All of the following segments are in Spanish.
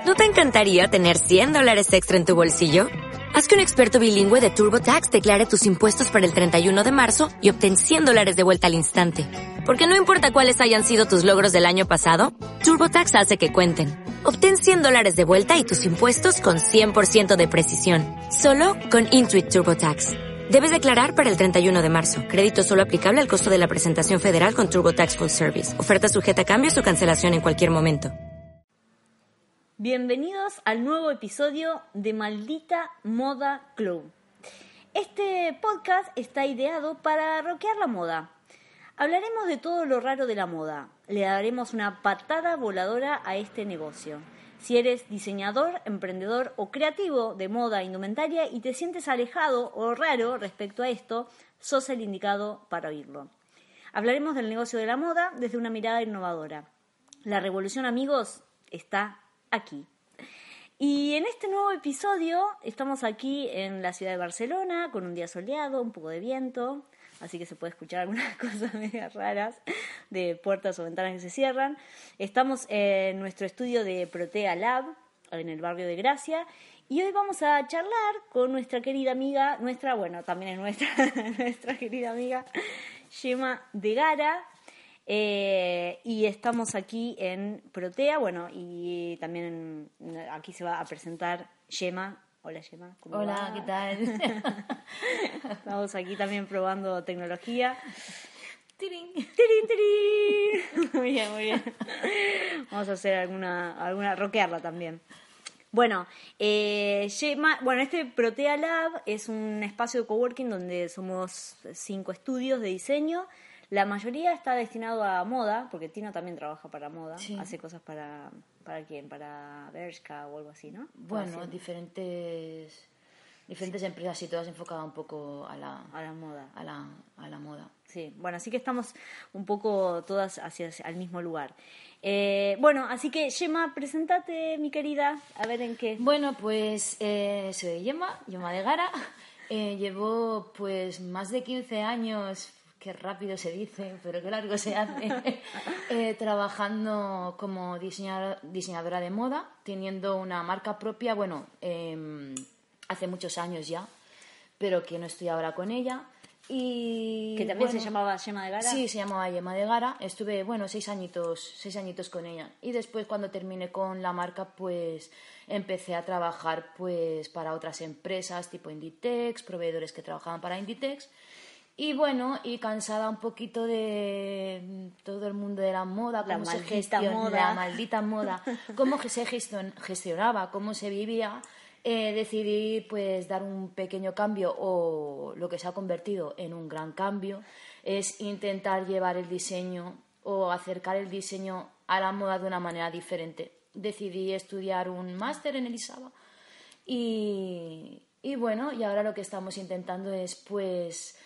¿No te encantaría tener $100 extra en tu bolsillo? Haz que un experto bilingüe de TurboTax declare tus impuestos para el 31 de marzo y obtén $100 de vuelta al instante. Porque no importa cuáles hayan sido tus logros del año pasado, TurboTax hace que cuenten. Obtén $100 de vuelta y tus impuestos con 100% de precisión. Solo con Intuit TurboTax. Debes declarar para el 31 de marzo. Crédito solo aplicable al costo de la presentación federal con TurboTax Full Service. Oferta sujeta a cambios o cancelación en cualquier momento. Bienvenidos al nuevo episodio de Maldita Moda Club. Este podcast está ideado para rockear la moda. Hablaremos de todo lo raro de la moda. Le daremos una patada voladora a este negocio. Si eres diseñador, emprendedor o creativo de moda e indumentaria y te sientes alejado o raro respecto a esto, sos el indicado para oírlo. Hablaremos del negocio de la moda desde una mirada innovadora. La revolución, amigos, está aquí. Y en este nuevo episodio estamos aquí en la ciudad de Barcelona con un día soleado, un poco de viento, así que se puede escuchar algunas cosas medias raras de puertas o ventanas que se cierran. Estamos en nuestro estudio de Protea Lab en el barrio de Gracia y hoy vamos a charlar con nuestra querida amiga, también es nuestra querida amiga Gemma de Gara. Y estamos aquí en Protea, y también aquí se va a presentar Gemma. Hola Gemma, ¿cómo Hola, va? ¿qué tal? Estamos aquí también probando tecnología. ¡Tirín! ¡Tirín, tirín! Muy bien, muy bien. Vamos a hacer alguna rockearla también. Gemma, este Protea Lab es un espacio de coworking donde somos 5 estudios de diseño. La mayoría está destinado a moda, porque Tino también trabaja para moda. Sí. Hace cosas para ¿quién? Para Bershka o algo así, ¿no? Bueno, diferentes empresas y todas enfocadas un poco a la moda. A la moda. Sí, así que estamos un poco todas hacia el mismo lugar. Así que Gemma, presentate, mi querida, a ver en qué. Bueno, pues soy Gemma de Gara. Llevo pues más de 15 años... Qué rápido se dice, pero qué largo se hace, trabajando como diseñadora de moda, teniendo una marca propia, hace muchos años ya, pero que no estoy ahora con ella. Y ¿que también se llamaba Gemma de Gara? Sí, se llamaba Gemma de Gara. Estuve, 6 añitos con ella. Y después, cuando terminé con la marca, pues empecé a trabajar pues para otras empresas, tipo Inditex, proveedores que trabajaban para Inditex. Y cansada un poquito de todo el mundo de la moda, la maldita moda, cómo se gestionaba, cómo se vivía, decidí pues dar un pequeño cambio, o lo que se ha convertido en un gran cambio, es intentar llevar el diseño o acercar el diseño a la moda de una manera diferente. Decidí estudiar un máster en el ISABA y ahora lo que estamos intentando es pues...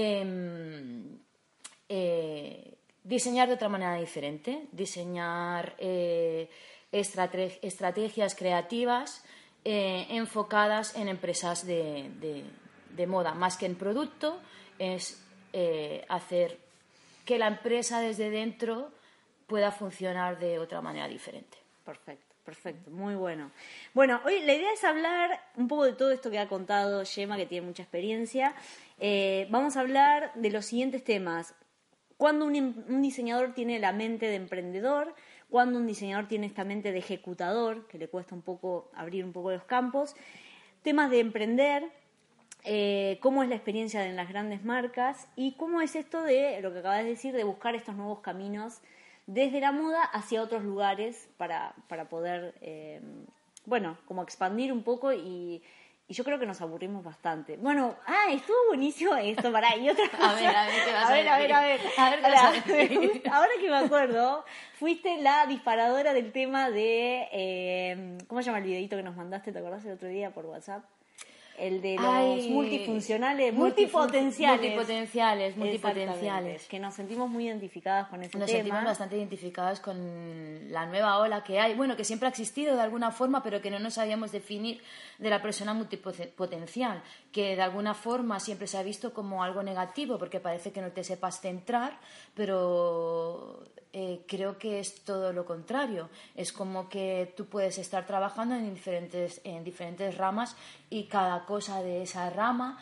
diseñar de otra manera diferente, diseñar estrategias creativas enfocadas en empresas de moda, más que en producto, es hacer que la empresa desde dentro pueda funcionar de otra manera diferente. Perfecto, muy bueno. Hoy la idea es hablar un poco de todo esto que ha contado Gemma, que tiene mucha experiencia. Vamos a hablar de los siguientes temas. Cuando un diseñador tiene la mente de emprendedor, cuando un diseñador tiene esta mente de ejecutador, que le cuesta un poco abrir un poco los campos, temas de emprender, cómo es la experiencia en las grandes marcas y cómo es esto de lo que acabas de decir, de buscar estos nuevos caminos desde la moda hacia otros lugares para poder, como expandir un poco y yo creo que nos aburrimos bastante. Estuvo buenísimo esto, y otra cosa. A ver, Ahora que me acuerdo, fuiste la disparadora del tema de, ¿cómo se llama el videito que nos mandaste? ¿Te acordás el otro día por WhatsApp? El de los multifuncionales, multipotenciales. Que nos sentimos muy identificadas con ese tema. Nos sentimos bastante identificadas con la nueva ola que hay, que siempre ha existido de alguna forma, pero que no nos sabíamos definir, de la persona multipotencial, que de alguna forma siempre se ha visto como algo negativo, porque parece que no te sepas centrar, pero creo que es todo lo contrario. Es como que tú puedes estar trabajando en diferentes ramas y cada cosa de esa rama,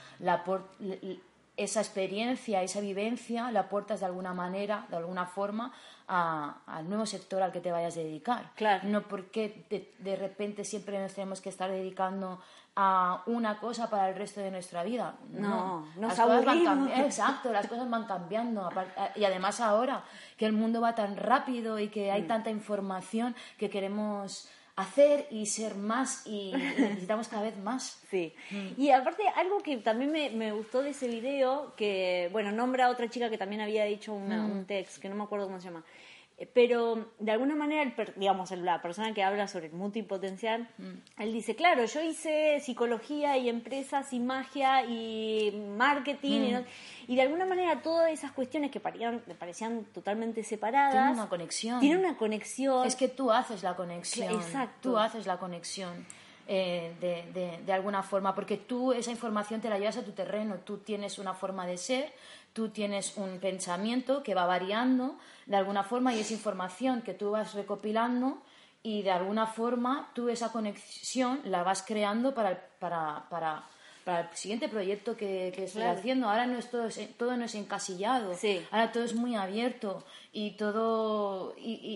esa experiencia, esa vivencia, la aportas de alguna manera, de alguna forma, al nuevo sector al que te vayas a dedicar. Claro. No porque de repente siempre nos tenemos que estar dedicando a una cosa para el resto de nuestra vida. No, nos las cosas van aburrimos. Exacto, las cosas van cambiando. Y además ahora que el mundo va tan rápido y que hay tanta información que queremos hacer y ser más y necesitamos cada vez más. Sí. Y aparte, algo que también me gustó de ese video, que, bueno, nombra a otra chica que también había dicho un text, que no me acuerdo cómo se llama. Pero, de alguna manera, digamos, la persona que habla sobre el multipotencial, él dice, claro, yo hice psicología y empresas y magia y marketing y de alguna manera todas esas cuestiones que me parecían totalmente separadas... Tienen una conexión. Tienen una conexión. Es que tú haces la conexión. Exacto. Tú haces la conexión. De alguna forma, porque tú esa información te la llevas a tu terreno, tú tienes una forma de ser, tú tienes un pensamiento que va variando de alguna forma y es información que tú vas recopilando y de alguna forma tú esa conexión la vas creando para el siguiente proyecto que estoy haciendo. Ahora no es todo no es encasillado, ahora todo es muy abierto y todo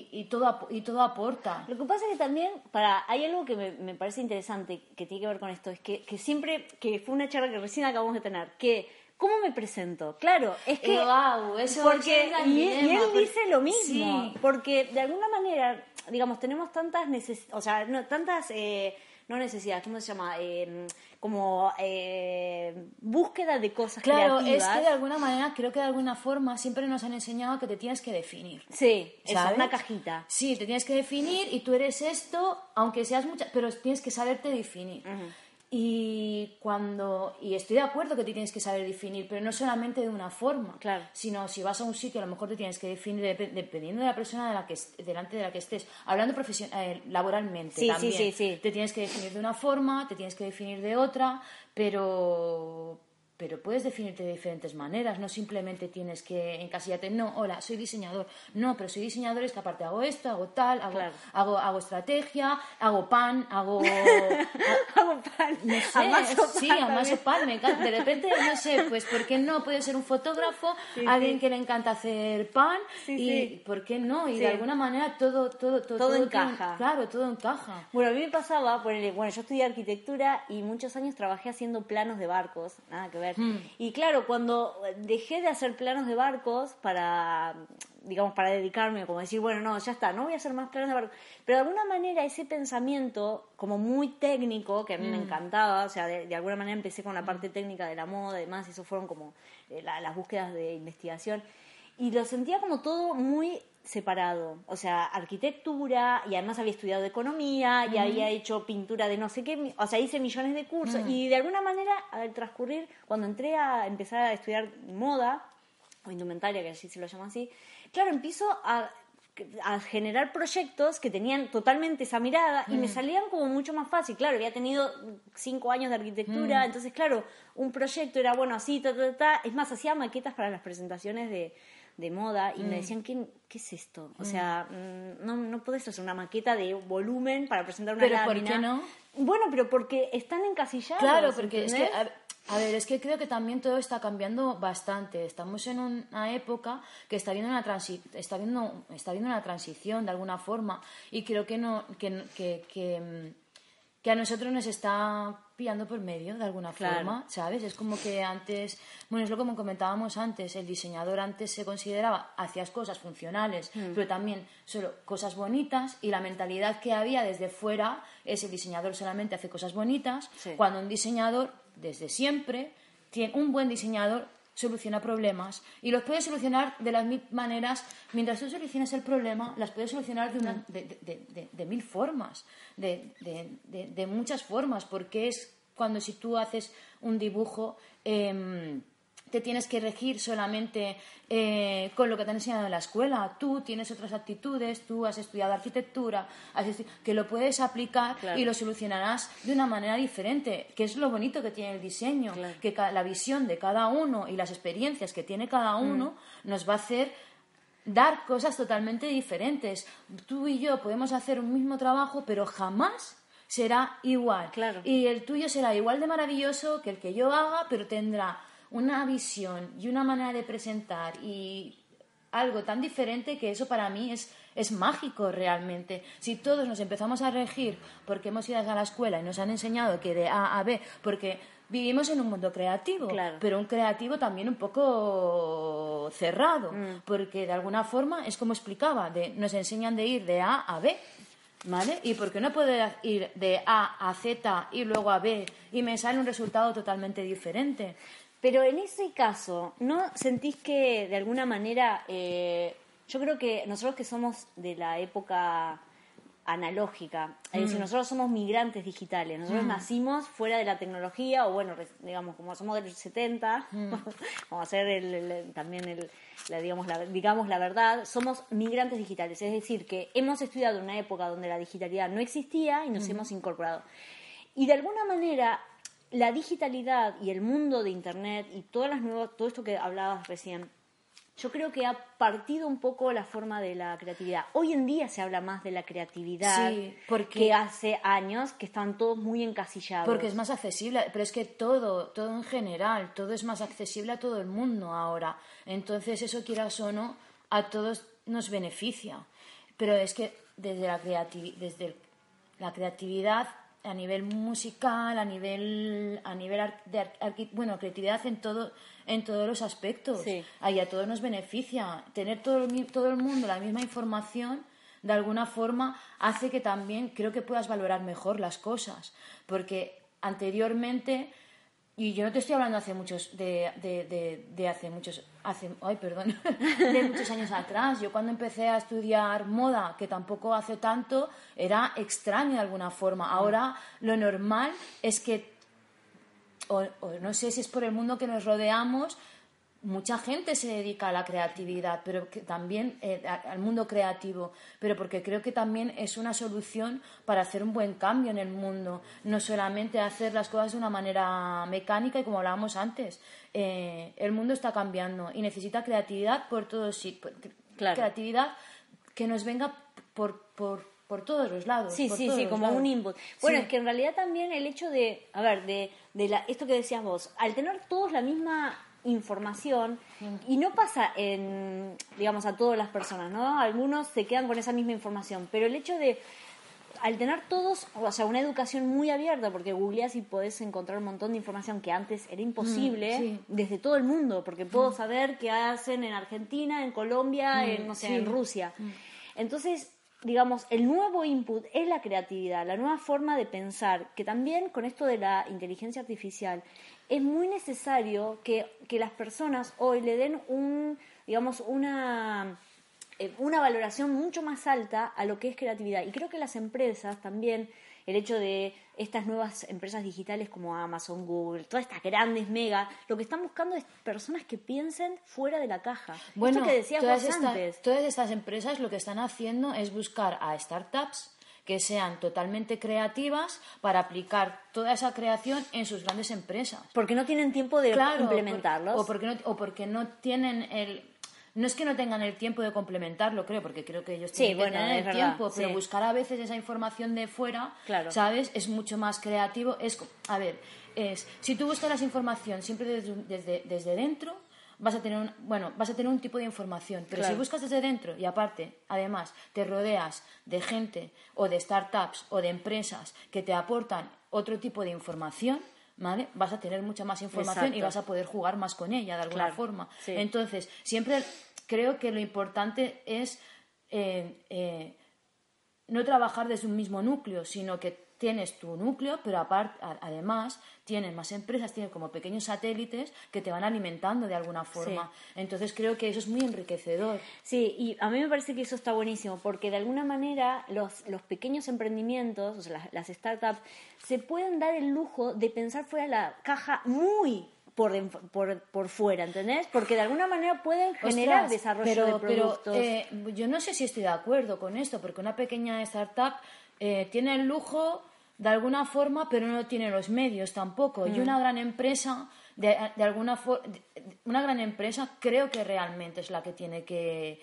aporta. Lo que pasa es que también hay algo que me parece interesante que tiene que ver con esto, es que siempre, que fue una charla que recién acabamos de tener, que ¿cómo me presento? Claro, es que... wow, eso porque, es y él dice lo mismo, sí. Porque de alguna manera, digamos, tenemos tantas necesidades, o sea, no, tantas... no necesidades, ¿cómo se llama? Como búsqueda de cosas creativas. Claro, es que de alguna manera, creo que de alguna forma siempre nos han enseñado que te tienes que definir. Sí, es ¿sabes? una cajita. Sí, te tienes que definir y tú eres esto, aunque seas mucha, pero tienes que saberte definir. Y estoy de acuerdo que te tienes que saber definir, pero no solamente de una forma, sino si vas a un sitio a lo mejor te tienes que definir dependiendo de la persona delante de la que estés, hablando laboralmente también. Sí. Te tienes que definir de una forma, te tienes que definir de otra, pero puedes definirte de diferentes maneras, no simplemente tienes que encasillarte, no, hola, soy diseñador, no, pero soy diseñador, es que aparte hago esto, hago tal, hago estrategia, hago pan, hago pan, no sé, amaso pan, me encanta, de repente, no sé, pues ¿por qué no? Puede ser un fotógrafo, alguien que le encanta hacer pan, ¿por qué no? Y de alguna manera todo encaja. Claro, todo encaja. Bueno, a mí me pasaba, yo estudié arquitectura y muchos años trabajé haciendo planos de barcos, nada que ver. Y claro, cuando dejé de hacer planos de barcos para dedicarme, como decir, bueno, no, ya está, no voy a hacer más planos de barcos. Pero de alguna manera ese pensamiento como muy técnico, que a mí me encantaba, o sea, de alguna manera empecé con la parte técnica de la moda y demás, y eso fueron como las búsquedas de investigación. Y lo sentía como todo muy separado, o sea, arquitectura, y además había estudiado economía y había hecho pintura de no sé qué, o sea, hice millones de cursos y de alguna manera al transcurrir, cuando entré a empezar a estudiar moda o indumentaria, que así se lo llama así, claro, empiezo a generar proyectos que tenían totalmente esa mirada y me salían como mucho más fácil. Claro, había tenido 5 años de arquitectura, entonces claro, un proyecto era bueno así, es más, hacía maquetas para las presentaciones de moda y me decían, ¿qué es esto? O sea, no podés hacer una maqueta de volumen para presentar una lámina. ¿Pero por qué no? Bueno, pero porque están encasillados. Claro, porque ¿entendés? Es que... A ver, es que creo que también todo está cambiando bastante. Estamos en una época que está viendo una transición de alguna forma y creo que a nosotros nos está pillando por medio de alguna forma, ¿sabes? Es como que antes, bueno, es lo como comentábamos antes, el diseñador antes se consideraba, hacías cosas funcionales, pero también solo cosas bonitas, y la mentalidad que había desde fuera es el diseñador solamente hace cosas bonitas, cuando un diseñador, desde siempre, un buen diseñador soluciona problemas y los puedes solucionar de las mil maneras. Mientras tú solucionas el problema, las puedes solucionar de mil formas, de muchas formas, porque es cuando si tú haces un dibujo te tienes que regir solamente con lo que te han enseñado en la escuela. Tú tienes otras actitudes, tú has estudiado arquitectura, que lo puedes aplicar y lo solucionarás de una manera diferente, que es lo bonito que tiene el diseño, que la visión de cada uno y las experiencias que tiene cada uno nos va a hacer dar cosas totalmente diferentes. Tú y yo podemos hacer un mismo trabajo, pero jamás será igual. Claro. Y el tuyo será igual de maravilloso que el que yo haga, pero tendrá una visión y una manera de presentar y algo tan diferente que eso para mí es mágico realmente. Si todos nos empezamos a regir porque hemos ido a la escuela y nos han enseñado que de A a B, porque vivimos en un mundo creativo, claro, pero un creativo también un poco cerrado, porque de alguna forma es como explicaba, nos enseñan de ir de A a B, ¿vale? ¿Y por qué no puedo ir de A a Z y luego a B y me sale un resultado totalmente diferente? Pero en ese caso, ¿no sentís que de alguna manera, yo creo que nosotros que somos de la época analógica, es decir, nosotros somos migrantes digitales, nosotros nacimos fuera de la tecnología, o bueno, digamos, como somos del 70, vamos a hacer también digamos la verdad, somos migrantes digitales, es decir, que hemos estudiado en una época donde la digitalidad no existía y nos hemos incorporado. Y de alguna manera la digitalidad y el mundo de Internet y todo esto que hablabas recién, yo creo que ha partido un poco la forma de la creatividad. Hoy en día se habla más de la creatividad que hace años, que están todos muy encasillados. Porque es más accesible, pero es que todo en general, todo es más accesible a todo el mundo ahora. Entonces eso, quieras o no, a todos nos beneficia. Pero es que desde la creatividad a nivel musical, a nivel creatividad en todos los aspectos. Sí. Ahí a todos nos beneficia. Tener todo el mundo la misma información, de alguna forma, hace que también creo que puedas valorar mejor las cosas. Porque anteriormente, y yo no te estoy hablando de muchos años atrás. Yo cuando empecé a estudiar moda, que tampoco hace tanto, era extraño de alguna forma. Ahora lo normal es que, o no sé si es por el mundo que nos rodeamos, mucha gente se dedica a la creatividad, pero que también al mundo creativo, pero porque creo que también es una solución para hacer un buen cambio en el mundo, no solamente hacer las cosas de una manera mecánica y como hablábamos antes. El mundo está cambiando y necesita creatividad por todos sitios. Claro. Creatividad que nos venga por todos los lados. Sí, como un input. Bueno, es que en realidad también el hecho de esto que decías vos, al tener todos la misma información, y no pasa digamos, a todas las personas, ¿no? Algunos se quedan con esa misma información, pero el hecho de, al tener todos, o sea, una educación muy abierta, porque googleás y podés encontrar un montón de información que antes era imposible, desde todo el mundo, porque puedo saber qué hacen en Argentina, en Colombia, en Rusia. Entonces, digamos, el nuevo input es la creatividad, la nueva forma de pensar, que también con esto de la inteligencia artificial es muy necesario que las personas hoy le den una valoración mucho más alta a lo que es creatividad. Y creo que las empresas también, el hecho de estas nuevas empresas digitales como Amazon, Google, todas estas grandes megas, lo que están buscando es personas que piensen fuera de la caja. Bueno, esto que decías vos antes. Todas estas empresas lo que están haciendo es buscar a startups que sean totalmente creativas para aplicar toda esa creación en sus grandes empresas. Porque no tienen tiempo de implementarlos. O porque no tienen no es que no tengan el tiempo de complementarlo, porque creo que ellos tienen que tener el tiempo, pero buscar a veces esa información de fuera, ¿sabes? Es mucho más creativo. Si tú buscas la información siempre desde dentro, vas a tener un tipo de información, pero si buscas desde dentro y aparte, además, te rodeas de gente o de startups o de empresas que te aportan otro tipo de información, ¿vale? Vas a tener mucha más información y vas a poder jugar más con ella de alguna forma. Sí. Entonces, siempre creo que lo importante es no trabajar desde un mismo núcleo, sino que tienes tu núcleo, pero además tienes más empresas, tienes como pequeños satélites que te van alimentando de alguna forma. Sí. Entonces creo que eso es muy enriquecedor. Sí, y a mí me parece que eso está buenísimo, porque de alguna manera los pequeños emprendimientos, o sea, las startups, se pueden dar el lujo de pensar fuera de la caja muy por fuera, ¿entendés? Porque de alguna manera pueden generar desarrollo de productos. Pero yo no sé si estoy de acuerdo con esto, porque una pequeña startup tiene el lujo de alguna forma, pero no tiene los medios tampoco. Y una gran empresa de alguna forma, una gran empresa creo que realmente es la que tiene que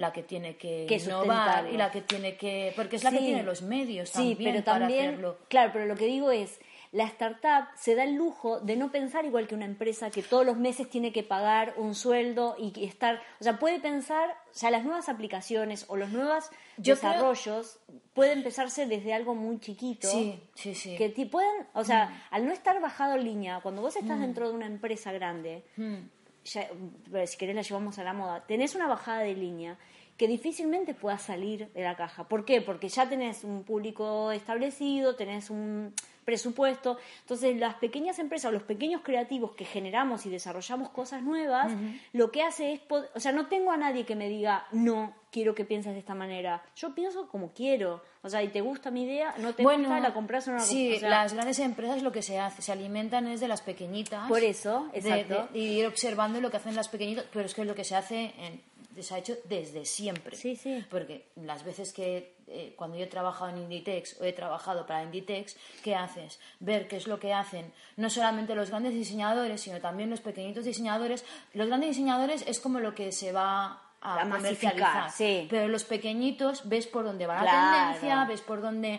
innovar y la que tiene que, porque es la que tiene los medios también para hacerlo. Claro, pero lo que digo es, la startup se da el lujo de no pensar igual que una empresa que todos los meses tiene que pagar un sueldo y estar, o sea, puede pensar, o sea, las nuevas aplicaciones o los nuevos desarrollos pueden empezarse desde algo muy chiquito. Sí. Que pueden, o sea, al no estar bajado en línea, cuando vos estás dentro de una empresa grande, ya, si querés la llevamos a la moda, tenés una bajada de línea que difícilmente puedas salir de la caja. ¿Por qué? Porque ya tenés un público establecido, tenés un presupuesto. Entonces, las pequeñas empresas o los pequeños creativos que generamos y desarrollamos cosas nuevas, lo que hace es... O sea, no tengo a nadie que me diga, no, quiero que pienses de esta manera. Yo pienso como quiero. O sea, y te gusta mi idea, no te gusta, la compras o no la compras. Sí, o sea, las grandes empresas lo que se hace, se alimentan es de las pequeñitas. Por eso, exacto. Y ir observando lo que hacen las pequeñitas, pero es que es lo que se hace se ha hecho desde siempre. Sí. Porque las veces que cuando yo he trabajado en Inditex o he trabajado para Inditex, ¿qué haces? Ver qué es lo que hacen no solamente los grandes diseñadores, sino también los pequeñitos diseñadores. Los grandes diseñadores es como lo que se va a comercializar, pero los pequeñitos ves por dónde va la tendencia, ves por dónde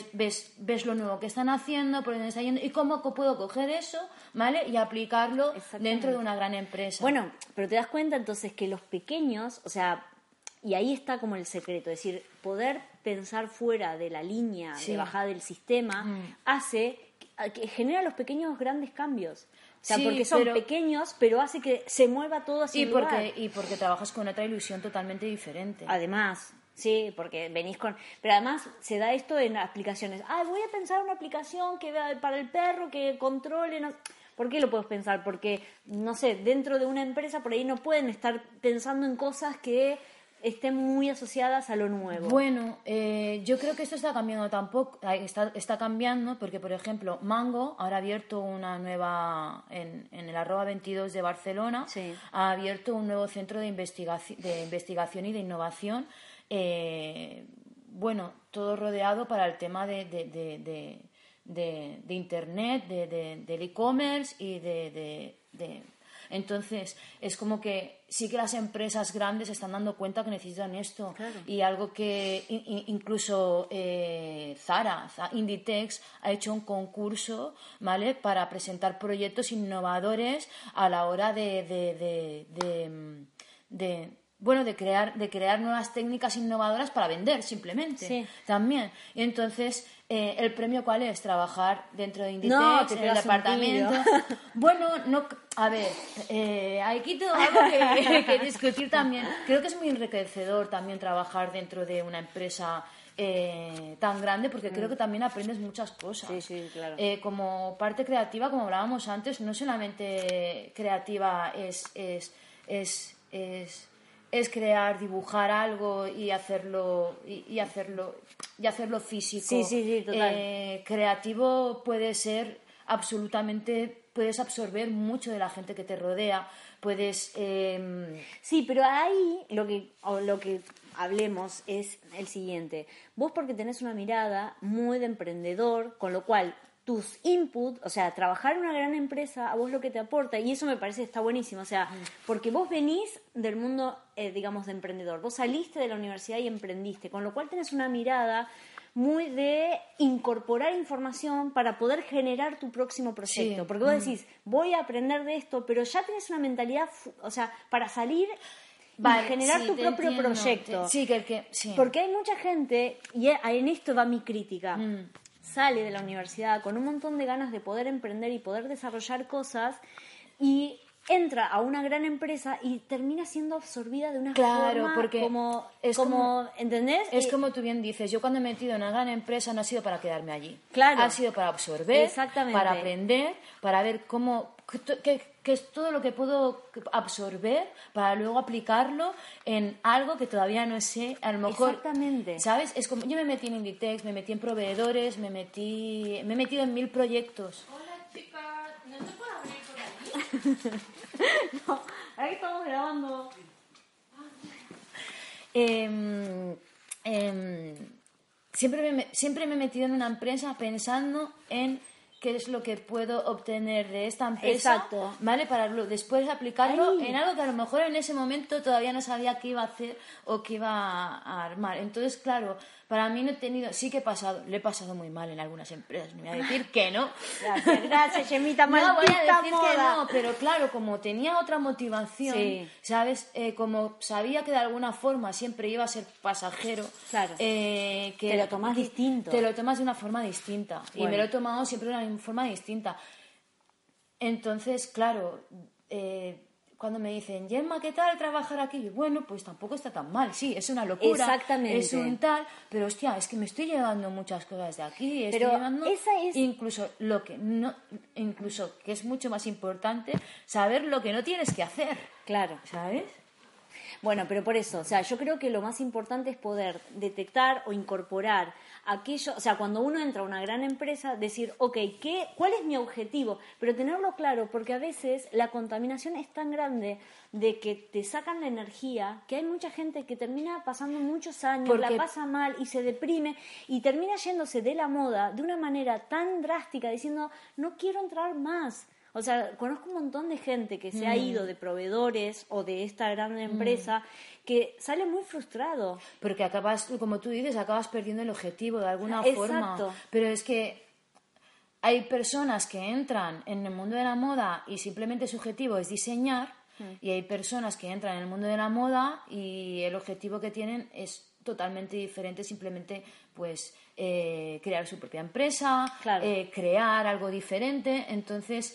ves lo nuevo que están haciendo, por dónde está yendo y cómo puedo coger eso, ¿vale? Y aplicarlo dentro de una gran empresa. Bueno, pero te das cuenta entonces que los pequeños, o sea, y ahí está como el secreto, es decir, poder pensar fuera de la línea de bajada del sistema hace que genera los pequeños grandes cambios. O sea, porque son pequeños, pero hace que se mueva todo hacia el lugar. Y porque trabajas con otra ilusión totalmente diferente. Además, sí, porque venís con... Pero además se da esto en aplicaciones. Voy a pensar una aplicación que para el perro, que controle... No... ¿Por qué lo puedes pensar? Porque, no sé, dentro de una empresa por ahí no pueden estar pensando en cosas que estén muy asociadas a lo nuevo. Bueno, yo creo que esto está cambiando está cambiando porque, por ejemplo, Mango ahora ha abierto una nueva en el @22 de Barcelona, ha abierto un nuevo centro de investigación y de innovación, bueno, todo rodeado para el tema de internet, del e-commerce y entonces, es como que sí que las empresas grandes se están dando cuenta que necesitan esto. Claro. Y algo que incluso Zara, Inditex, ha hecho un concurso, ¿vale?, para presentar proyectos innovadores a la hora de crear nuevas técnicas innovadoras para vender, simplemente. También. Y entonces, ¿el premio cuál es? Trabajar dentro de Inditex, en el departamento. Bueno, no, a ver, aquí tengo algo que discutir también. Creo que es muy enriquecedor también trabajar dentro de una empresa tan grande, porque creo que también aprendes muchas cosas. Sí, claro. Como parte creativa, como hablábamos antes, no solamente creativa es crear, dibujar algo y hacerlo físico. Sí, total. Creativo puede ser absolutamente, puedes absorber mucho de la gente que te rodea, puedes... Sí, pero ahí lo que hablemos es el siguiente. Vos porque tenés una mirada muy de emprendedor, con lo cual tus inputs, o sea, trabajar en una gran empresa, a vos lo que te aporta, y eso me parece está buenísimo, o sea, porque vos venís del mundo, digamos, de emprendedor, vos saliste de la universidad y emprendiste, con lo cual tenés una mirada muy de incorporar información para poder generar tu próximo proyecto, porque vos decís, voy a aprender de esto, pero ya tenés una mentalidad, o sea, para salir... generar tu propio proyecto. Porque hay mucha gente, y en esto va mi crítica, sale de la universidad con un montón de ganas de poder emprender y poder desarrollar cosas y entra a una gran empresa y termina siendo absorbida de una forma porque como ¿entendés? Es como tú bien dices, yo cuando me he metido en una gran empresa no ha sido para quedarme allí. Claro. Ha sido para absorber, Exactamente. para aprender, para ver qué es todo lo que puedo absorber para luego aplicarlo en algo que todavía no sé, a lo mejor... Exactamente. ¿Sabes? Es como yo me metí en Inditex, me metí en proveedores, me he metido en 1000 proyectos. Hola chicas, ¿no te puedo abrir por ahí? No, ahí estamos grabando. Siempre me he metido en una empresa pensando en qué es lo que puedo obtener de esta empresa, Exacto. ¿vale? Para después aplicarlo Ahí. en algo que a lo mejor en ese momento todavía no sabía qué iba a hacer o qué iba a armar. Entonces, claro, para mí no he tenido, sí que le he pasado muy mal en algunas empresas, no voy a decir que no. Gracias, Gemita, No voy maldita a decir moda. que no, pero claro, como tenía otra motivación, Sí. ¿sabes? Como sabía que de alguna forma siempre iba a ser pasajero, Claro. que Te lo tomás distinto. Te lo tomas de una forma distinta. Y Bueno. me lo he tomado siempre de una forma distinta. Entonces, claro, cuando me dicen, Gemma, ¿qué tal trabajar aquí? Yo, bueno, pues tampoco está tan mal. Sí, es una locura. Exactamente. Es un tal, pero hostia, es que me estoy llevando muchas cosas de aquí. Estoy Pero llevando esa es- incluso incluso que es mucho más importante, saber lo que no tienes que hacer. Claro. ¿Sabes? Bueno, pero por eso, o sea, yo creo que lo más importante es poder detectar o incorporar aquello, o sea, cuando uno entra a una gran empresa, decir, ok, ¿cuál es mi objetivo? Pero tenerlo claro, porque a veces la contaminación es tan grande de que te sacan la energía, que hay mucha gente que termina pasando muchos años, Porque- la pasa mal y se deprime y termina yéndose de la moda de una manera tan drástica, diciendo, no quiero entrar más. O sea, conozco un montón de gente que se ha ido de proveedores o de esta gran empresa que sale muy frustrado. Porque acabas, como tú dices, acabas perdiendo el objetivo de alguna Exacto. forma. Pero es que hay personas que entran en el mundo de la moda y simplemente su objetivo es diseñar, y hay personas que entran en el mundo de la moda y el objetivo que tienen es totalmente diferente, simplemente pues crear su propia empresa, Claro. crear algo diferente. Entonces,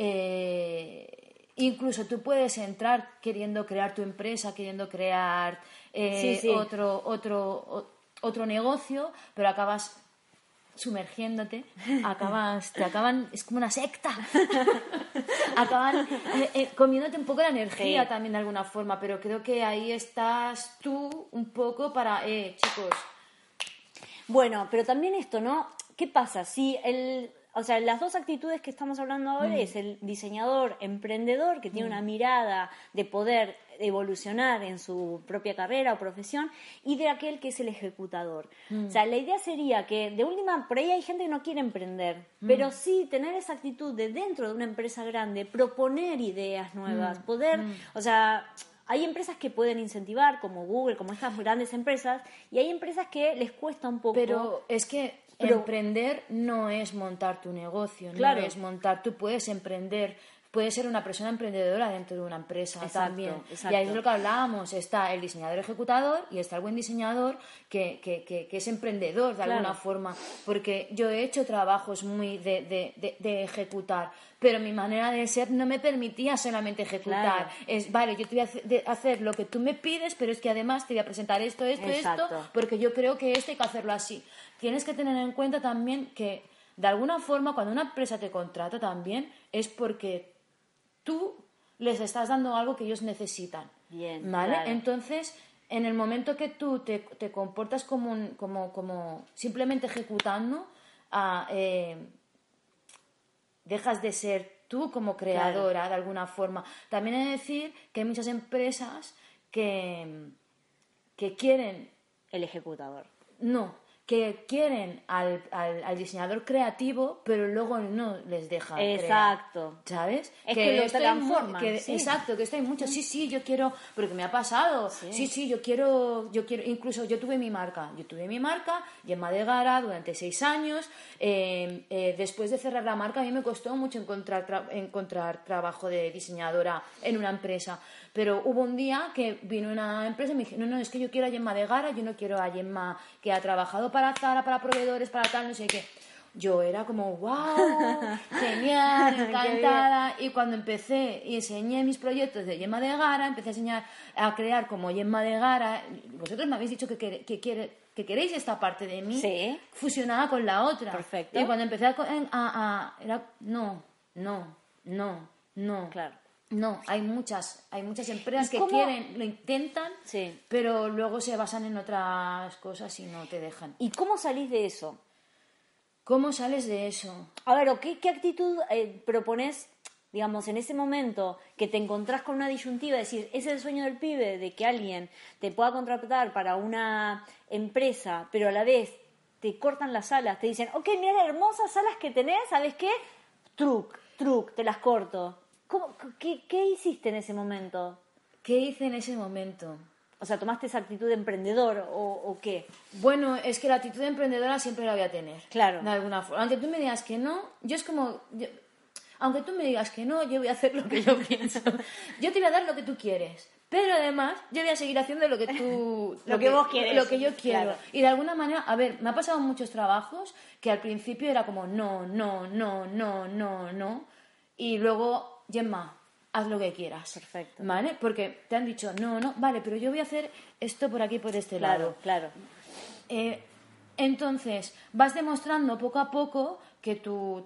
incluso tú puedes entrar queriendo crear tu empresa, queriendo crear Sí. otro negocio, pero acabas sumergiéndote, es como una secta, acaban comiéndote un poco la energía Sí. también de alguna forma, pero creo que ahí estás tú un poco para, chicos, Bueno, pero también esto, ¿no? ¿Qué pasa? Si o sea, las dos actitudes que estamos hablando ahora es el diseñador emprendedor que tiene una mirada de poder evolucionar en su propia carrera o profesión y de aquel que es el ejecutador. O sea, la idea sería que de última, por ahí hay gente que no quiere emprender, pero sí tener esa actitud de dentro de una empresa grande, proponer ideas nuevas, poder, o sea... Hay empresas que pueden incentivar, como Google, como estas grandes empresas, y hay empresas que les cuesta un poco. pero es que Pero- emprender no es montar tu negocio, Claro. no es montar, tú puedes emprender, puedes ser una persona emprendedora dentro de una empresa Exacto, también. exacto. Y ahí es lo que hablábamos, está el diseñador ejecutador y está el buen diseñador que es emprendedor de alguna Claro. forma, porque yo he hecho trabajos muy de ejecutar, pero mi manera de ser no me permitía solamente ejecutar. Claro. Es, vale, yo te voy a hacer lo que tú me pides, pero es que además te voy a presentar esto, Exacto. porque yo creo que esto hay que hacerlo así. Tienes que tener en cuenta también que, de alguna forma, cuando una empresa te contrata también, es porque tú les estás dando algo que ellos necesitan. Bien, ¿Vale? claro. Entonces, en el momento que tú te comportas como simplemente ejecutando, dejas de ser tú como creadora de alguna forma. También he de decir que hay muchas empresas que quieren, El ejecutador. que quieren al diseñador creativo, pero luego no les dejan Exacto. crear, ¿sabes? Es que lo esto hay transforman, sí. Exacto, que esto hay mucho, sí, yo quiero, porque me ha pasado, sí, yo quiero, incluso yo tuve mi marca, Gemma de Gara, durante 6 años, después de cerrar la marca a mí me costó mucho encontrar trabajo de diseñadora en una empresa, pero hubo un día que vino una empresa y me dije, no, es que yo quiero a Gemma de Gara, yo no quiero a Gemma que ha trabajado para Zara, para proveedores, para tal, no sé qué. Yo era como, wow, genial, encantada. Y cuando empecé y enseñé mis proyectos de Gemma de Gara, empecé a enseñar a crear como Gemma de Gara. Vosotros me habéis dicho que queréis esta parte de mí Sí. fusionada con la otra. Perfecto. Y cuando empecé era, no. Claro. No, hay muchas empresas ¿Y que cómo? quieren, lo intentan, Sí. pero luego se basan en otras cosas y no te dejan. ¿Y cómo salís de eso? ¿Cómo sales de eso? A ver, ¿o qué actitud propones, digamos, en ese momento que te encontrás con una disyuntiva? Es decir, es el sueño del pibe de que alguien te pueda contratar para una empresa, pero a la vez te cortan las alas, te dicen, ok, mira las hermosas alas que tenés, ¿sabes qué? Truc, te las corto. ¿Qué hiciste en ese momento? ¿Qué hice en ese momento? O sea, ¿tomaste esa actitud de emprendedor o qué? Bueno, es que la actitud de emprendedora siempre la voy a tener. Claro. De alguna forma. Aunque tú me digas que no, aunque tú me digas que no, yo voy a hacer lo que yo pienso. Yo te voy a dar lo que tú quieres. Pero además, yo voy a seguir haciendo lo que tú... lo que vos quieres. Lo que yo quiero. Claro. Y de alguna manera, a ver, me ha pasado muchos trabajos que al principio era como no. Y luego, Gemma, haz lo que quieras. Perfecto. ¿Vale? Porque te han dicho, no, vale, pero yo voy a hacer esto por aquí, por este lado. Claro. Entonces, vas demostrando poco a poco que tu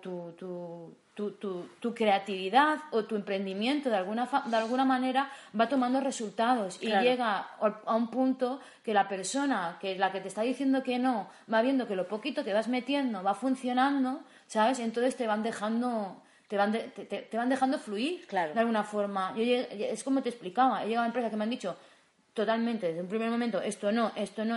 creatividad o tu emprendimiento de alguna manera va tomando resultados. Claro. Y llega a un punto que la persona, que es la que te está diciendo que no, va viendo que lo poquito que vas metiendo va funcionando, ¿sabes? Entonces te van dejando... Te van dejando fluir, claro, de alguna forma. Es como te explicaba, he llegado a empresas que me han dicho totalmente, desde un primer momento, esto no,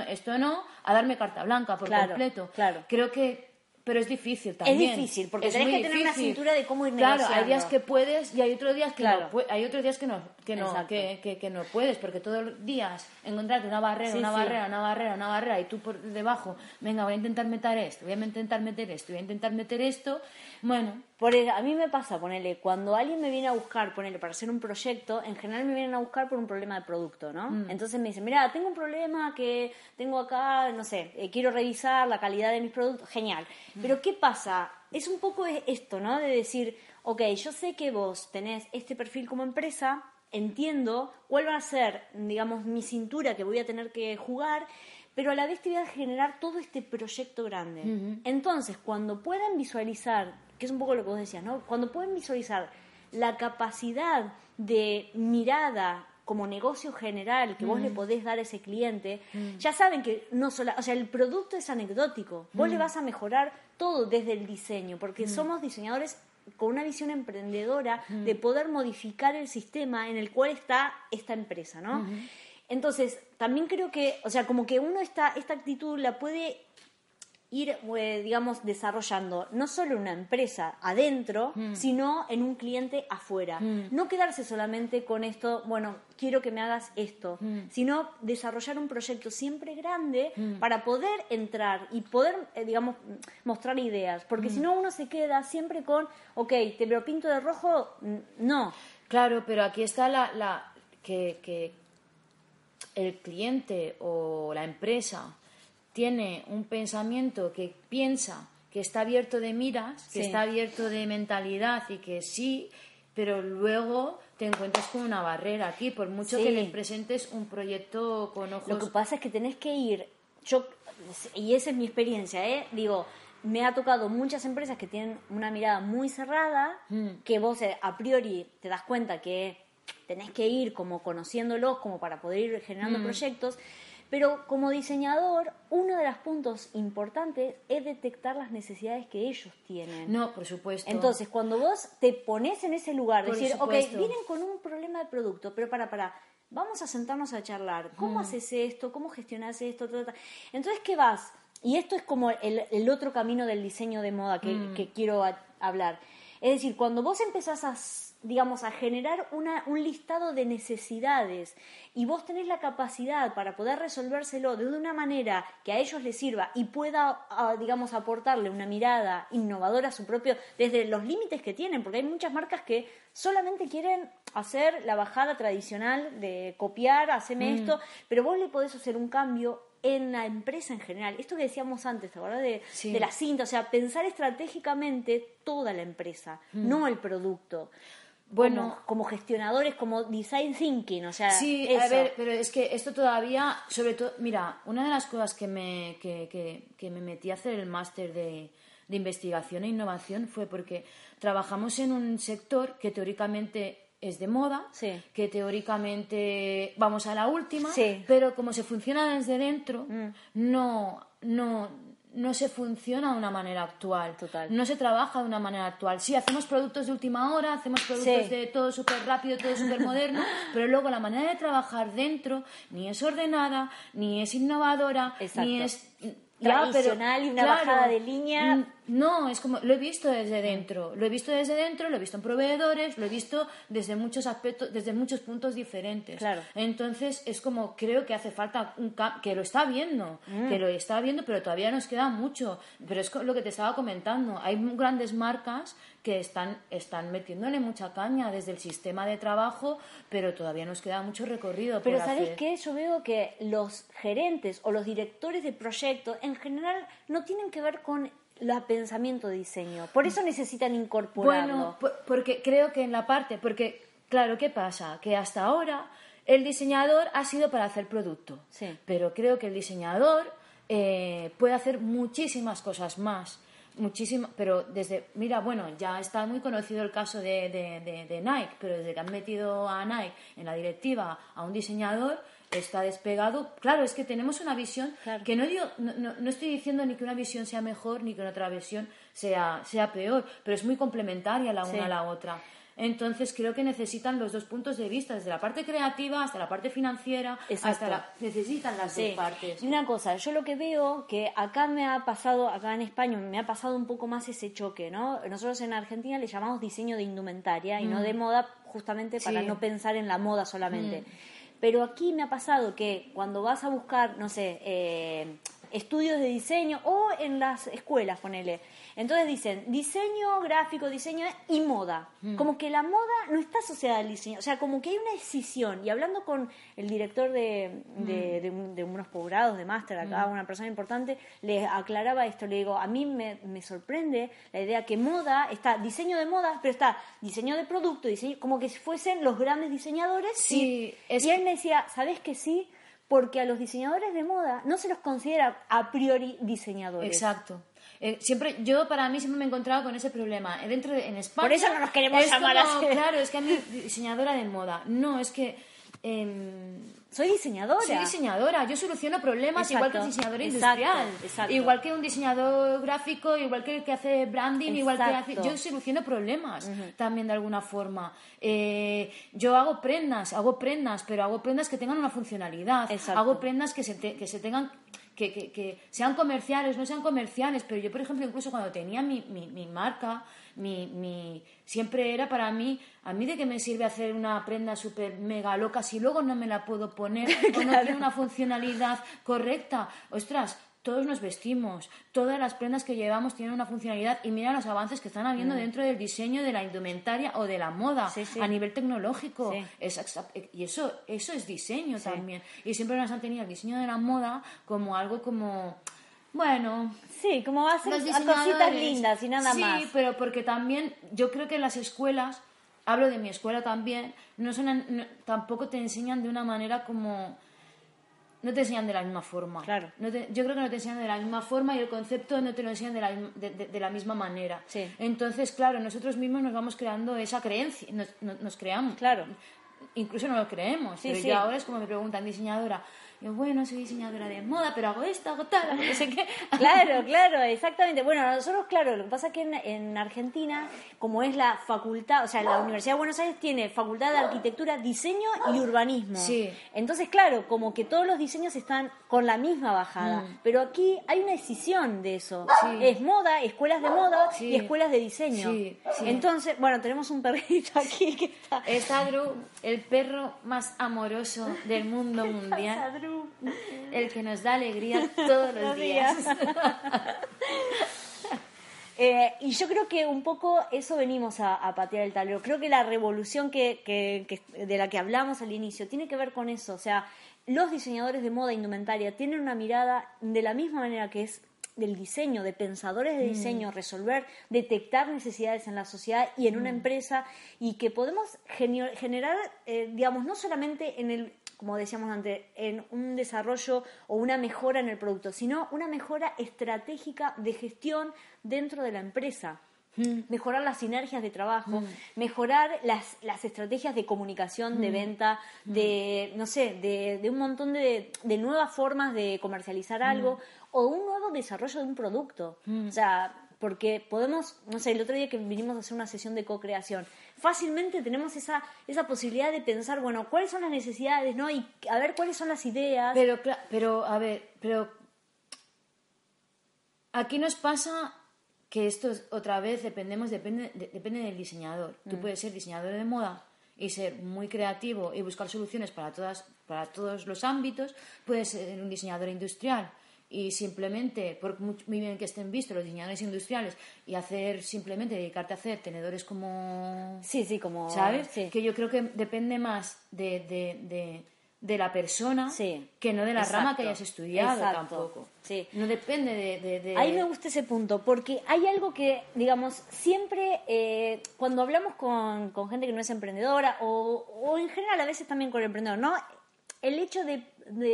a darme carta blanca por completo. Claro. Creo que... Pero es difícil también. Es difícil, porque tenés que tener una cintura de cómo ir negociando. Claro, hay días que puedes y hay otros días que claro, no. Hay otros días que no puedes, porque todos los días encontrarte una barrera, y tú por debajo, venga, voy a intentar meter esto, voy a intentar meter esto. Bueno, a mí me pasa, cuando alguien me viene a buscar, para hacer un proyecto, en general me vienen a buscar por un problema de producto, ¿no? Entonces me dicen, mira, tengo un problema que tengo acá, no sé, quiero revisar la calidad de mis productos, genial. Pero ¿qué pasa? Es un poco esto, ¿no? De decir, ok, yo sé que vos tenés este perfil como empresa, entiendo cuál va a ser, digamos, mi cintura que voy a tener que jugar, pero a la vez te voy a generar todo este proyecto grande. Uh-huh. Entonces, cuando puedan visualizar, que es un poco lo que vos decías, ¿no? Cuando pueden visualizar la capacidad de mirada como negocio general que vos le podés dar a ese cliente, ya saben que no solo, o sea, el producto es anecdótico, vos le vas a mejorar todo desde el diseño, porque somos diseñadores con una visión emprendedora de poder modificar el sistema en el cual está esta empresa, ¿no? Entonces, también creo que, o sea, como que uno esta actitud la puede ir, digamos, desarrollando no solo en una empresa adentro, sino en un cliente afuera. No quedarse solamente con esto, bueno, quiero que me hagas esto, sino desarrollar un proyecto siempre grande para poder entrar y poder, digamos, mostrar ideas. Porque si no, uno se queda siempre con, ok, te lo pinto de rojo, no. Claro, pero aquí está que el cliente o la empresa tiene un pensamiento que piensa que está abierto de miras, que está abierto de mentalidad y que sí, pero luego te encuentras con una barrera aquí, por mucho que les presentes un proyecto con ojos... Lo que pasa es que tenés que ir... y esa es mi experiencia, digo, me ha tocado muchas empresas que tienen una mirada muy cerrada, que vos a priori te das cuenta que tenés que ir como conociéndolos como para poder ir generando proyectos. Pero como diseñador, uno de los puntos importantes es detectar las necesidades que ellos tienen. No, por supuesto. Entonces, cuando vos te pones en ese lugar, decir, ok, vienen con un problema de producto, pero vamos a sentarnos a charlar. ¿Cómo haces esto? ¿Cómo gestionás esto? Entonces, ¿qué vas? Y esto es como el otro camino del diseño de moda que quiero hablar. Es decir, cuando vos empezás a generar un listado de necesidades y vos tenés la capacidad para poder resolvérselo de una manera que a ellos les sirva y pueda, digamos, aportarle una mirada innovadora a su propio, desde los límites que tienen, porque hay muchas marcas que solamente quieren hacer la bajada tradicional de copiar, haceme esto, pero vos le podés hacer un cambio en la empresa en general. Esto que decíamos antes, ¿te acordás de la cinta? O sea, pensar estratégicamente toda la empresa, no el producto. Bueno, como gestionadores, como design thinking, o sea, sí, eso. A ver, pero es que esto todavía, sobre todo, mira, una de las cosas que me metí a hacer el máster de investigación e innovación fue porque trabajamos en un sector que teóricamente es de moda, que teóricamente vamos a la última, pero como se funciona desde dentro, no se funciona de una manera actual. Total. No se trabaja de una manera actual. Sí, hacemos productos de última hora, hacemos productos de todo súper rápido, todo súper moderno, pero luego la manera de trabajar dentro ni es ordenada, ni es innovadora, ni es... tradicional y una bajada de línea. No, es como, lo he visto desde dentro, lo he visto en proveedores, lo he visto desde muchos aspectos, desde muchos puntos diferentes. Claro. Entonces, es como, creo que hace falta que lo está viendo, pero todavía nos queda mucho. Pero es lo que te estaba comentando, hay grandes marcas que están metiéndole mucha caña desde el sistema de trabajo, pero todavía nos queda mucho recorrido Pero por ¿sabés hacer. qué? Yo veo que los gerentes o los directores de proyectos en general no tienen que ver con el pensamiento de diseño. Por eso necesitan incorporarlo. Bueno, porque creo que en la parte... Porque, claro, ¿qué pasa? Que hasta ahora el diseñador ha sido para hacer producto. Sí. Pero creo que el diseñador puede hacer muchísimas cosas más. Pero mira, bueno, ya está muy conocido el caso de Nike, pero desde que han metido a Nike en la directiva a un diseñador, está despegado. Claro, es que tenemos una visión que no estoy diciendo ni que una visión sea mejor ni que otra visión sea peor, pero es muy complementaria la una a la otra. Entonces creo que necesitan los dos puntos de vista, desde la parte creativa hasta la parte financiera. Necesitan las dos partes. Y una cosa, yo lo que veo que acá en España me ha pasado un poco más ese choque, ¿no? Nosotros en Argentina le llamamos diseño de indumentaria y no de moda, justamente para no pensar en la moda solamente. Pero aquí me ha pasado que cuando vas a buscar, no sé, estudios de diseño o en las escuelas, ponele, entonces dicen diseño gráfico, diseño y moda. Como que la moda no está asociada al diseño, o sea, como que hay una decisión. Y hablando con el director de unos posgrados de máster acá, una persona importante, le aclaraba esto, le digo, a mí me sorprende la idea que moda, está diseño de moda, pero está diseño de producto, diseño, como que fuesen los grandes diseñadores. Sí, y él me decía, ¿sabés que sí? Porque a los diseñadores de moda no se los considera a priori diseñadores. Exacto. Para mí siempre me he encontrado con ese problema. En España... Por eso no nos queremos llamar así. Claro, es que a mí, diseñadora de moda. No, es que... Soy diseñadora. Yo soluciono problemas. Igual que un diseñador industrial. Exacto. Igual que un diseñador gráfico, igual que el que hace branding, igual que hace... Yo soluciono problemas también de alguna forma. Yo hago prendas, pero hago prendas que tengan una funcionalidad. Exacto. Hago prendas que se tengan... Que sean comerciales, no sean comerciales, pero yo, por ejemplo, incluso cuando tenía mi marca, siempre era para mí, a mí de qué me sirve hacer una prenda súper mega loca si luego no me la puedo poner o no tiene una funcionalidad correcta. Ostras, todos nos vestimos, todas las prendas que llevamos tienen una funcionalidad y mira los avances que están habiendo dentro del diseño de la indumentaria o de la moda a nivel tecnológico. Y eso es diseño también. Y siempre nos han tenido el diseño de la moda como algo como... Bueno... Sí, como hacen cositas lindas y nada más. Sí, pero porque también yo creo que en las escuelas, hablo de mi escuela también, tampoco te enseñan de una manera como... No te enseñan de la misma forma. Claro. Yo creo que no te enseñan de la misma forma y el concepto no te lo enseñan de la misma manera. Sí. Entonces, claro, nosotros mismos nos vamos creando esa creencia. Nos creamos. Claro. Incluso no lo creemos. Pero ya ahora es como me preguntan, diseñadora... Yo, bueno, soy diseñadora de moda, pero hago esto, hago tal, no sé qué. Claro, exactamente. Bueno, nosotros, claro, lo que pasa es que en Argentina, como es la facultad, o sea, la Universidad de Buenos Aires tiene facultad de arquitectura, diseño y urbanismo. Sí. Entonces, claro, como que todos los diseños están con la misma bajada. Pero aquí hay una decisión de eso. Sí. Es moda, escuelas de moda y escuelas de diseño. Sí. Entonces, bueno, tenemos un perrito aquí que está... Está Drew, el perro más amoroso del mundo mundial. El que nos da alegría todos los días. Y yo creo que un poco eso venimos a patear el tablero. Creo que la revolución de la que hablamos al inicio tiene que ver con eso. O sea, los diseñadores de moda e indumentaria tienen una mirada de la misma manera que es del diseño, de pensadores de diseño, resolver, detectar necesidades en la sociedad y en una empresa, y que podemos generar, digamos, no solamente en el, como decíamos antes, en un desarrollo o una mejora en el producto, sino una mejora estratégica de gestión dentro de la empresa. Mejorar las sinergias de trabajo, mejorar las estrategias de comunicación, de venta, de, no sé, de un montón de nuevas formas de comercializar algo, o un nuevo desarrollo de un producto. O sea, porque podemos, no sé, el otro día que vinimos a hacer una sesión de co-creación, fácilmente tenemos esa posibilidad de pensar, bueno, ¿cuáles son las necesidades, no? Y a ver cuáles son las ideas. Pero Aquí nos pasa que esto otra vez depende del diseñador. Tú puedes ser diseñador de moda y ser muy creativo y buscar soluciones para todos los ámbitos. Puedes ser un diseñador industrial y simplemente, por muy bien que estén vistos los diseñadores industriales, y dedicarte a hacer tenedores como... Sí, como... ¿Sabes? Sí. Que yo creo que depende más de la persona que no de la rama que hayas estudiado tampoco. Sí. No depende de... Ahí me gusta ese punto, porque hay algo que, digamos, siempre cuando hablamos con gente que no es emprendedora o en general a veces también con el emprendedor, ¿no? El hecho de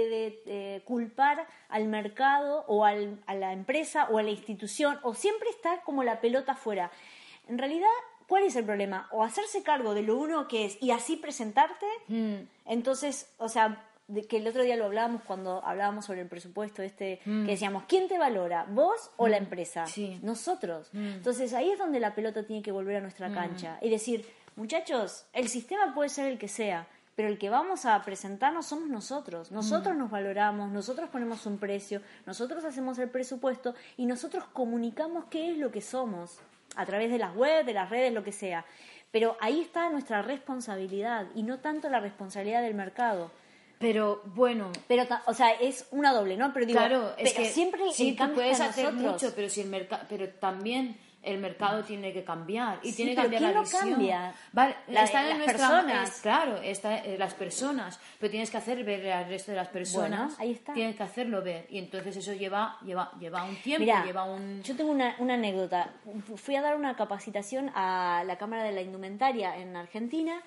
culpar al mercado o a la empresa o a la institución, o siempre está como la pelota afuera. En realidad, ¿cuál es el problema? O hacerse cargo de lo uno que es y así presentarte. Entonces, o sea, que el otro día lo hablábamos cuando hablábamos sobre el presupuesto que decíamos, ¿quién te valora? ¿Vos o la empresa? Sí. Nosotros. Entonces ahí es donde la pelota tiene que volver a nuestra cancha y decir, muchachos, el sistema puede ser el que sea, pero el que vamos a presentarnos somos nosotros. Nosotros nos valoramos, nosotros ponemos un precio, nosotros hacemos el presupuesto y nosotros comunicamos qué es lo que somos a través de las webs, de las redes, lo que sea. Pero ahí está nuestra responsabilidad y no tanto la responsabilidad del mercado. Pero bueno, o sea, es una doble, ¿no? Pero digo, claro, es pero que siempre sí, tú puedes hacer nosotros. mucho, pero también el mercado tiene que cambiar y Sí, tiene que pero cambiar ¿quién la lo visión. cambia? Vale, Las personas. Claro, las personas, pero tienes que hacer ver al resto de las personas. Bueno, ahí está. Tienes que hacerlo ver y entonces eso lleva un tiempo, Mirá, lleva un... Yo tengo una anécdota. Fui a dar una capacitación a la Cámara de la Indumentaria en Argentina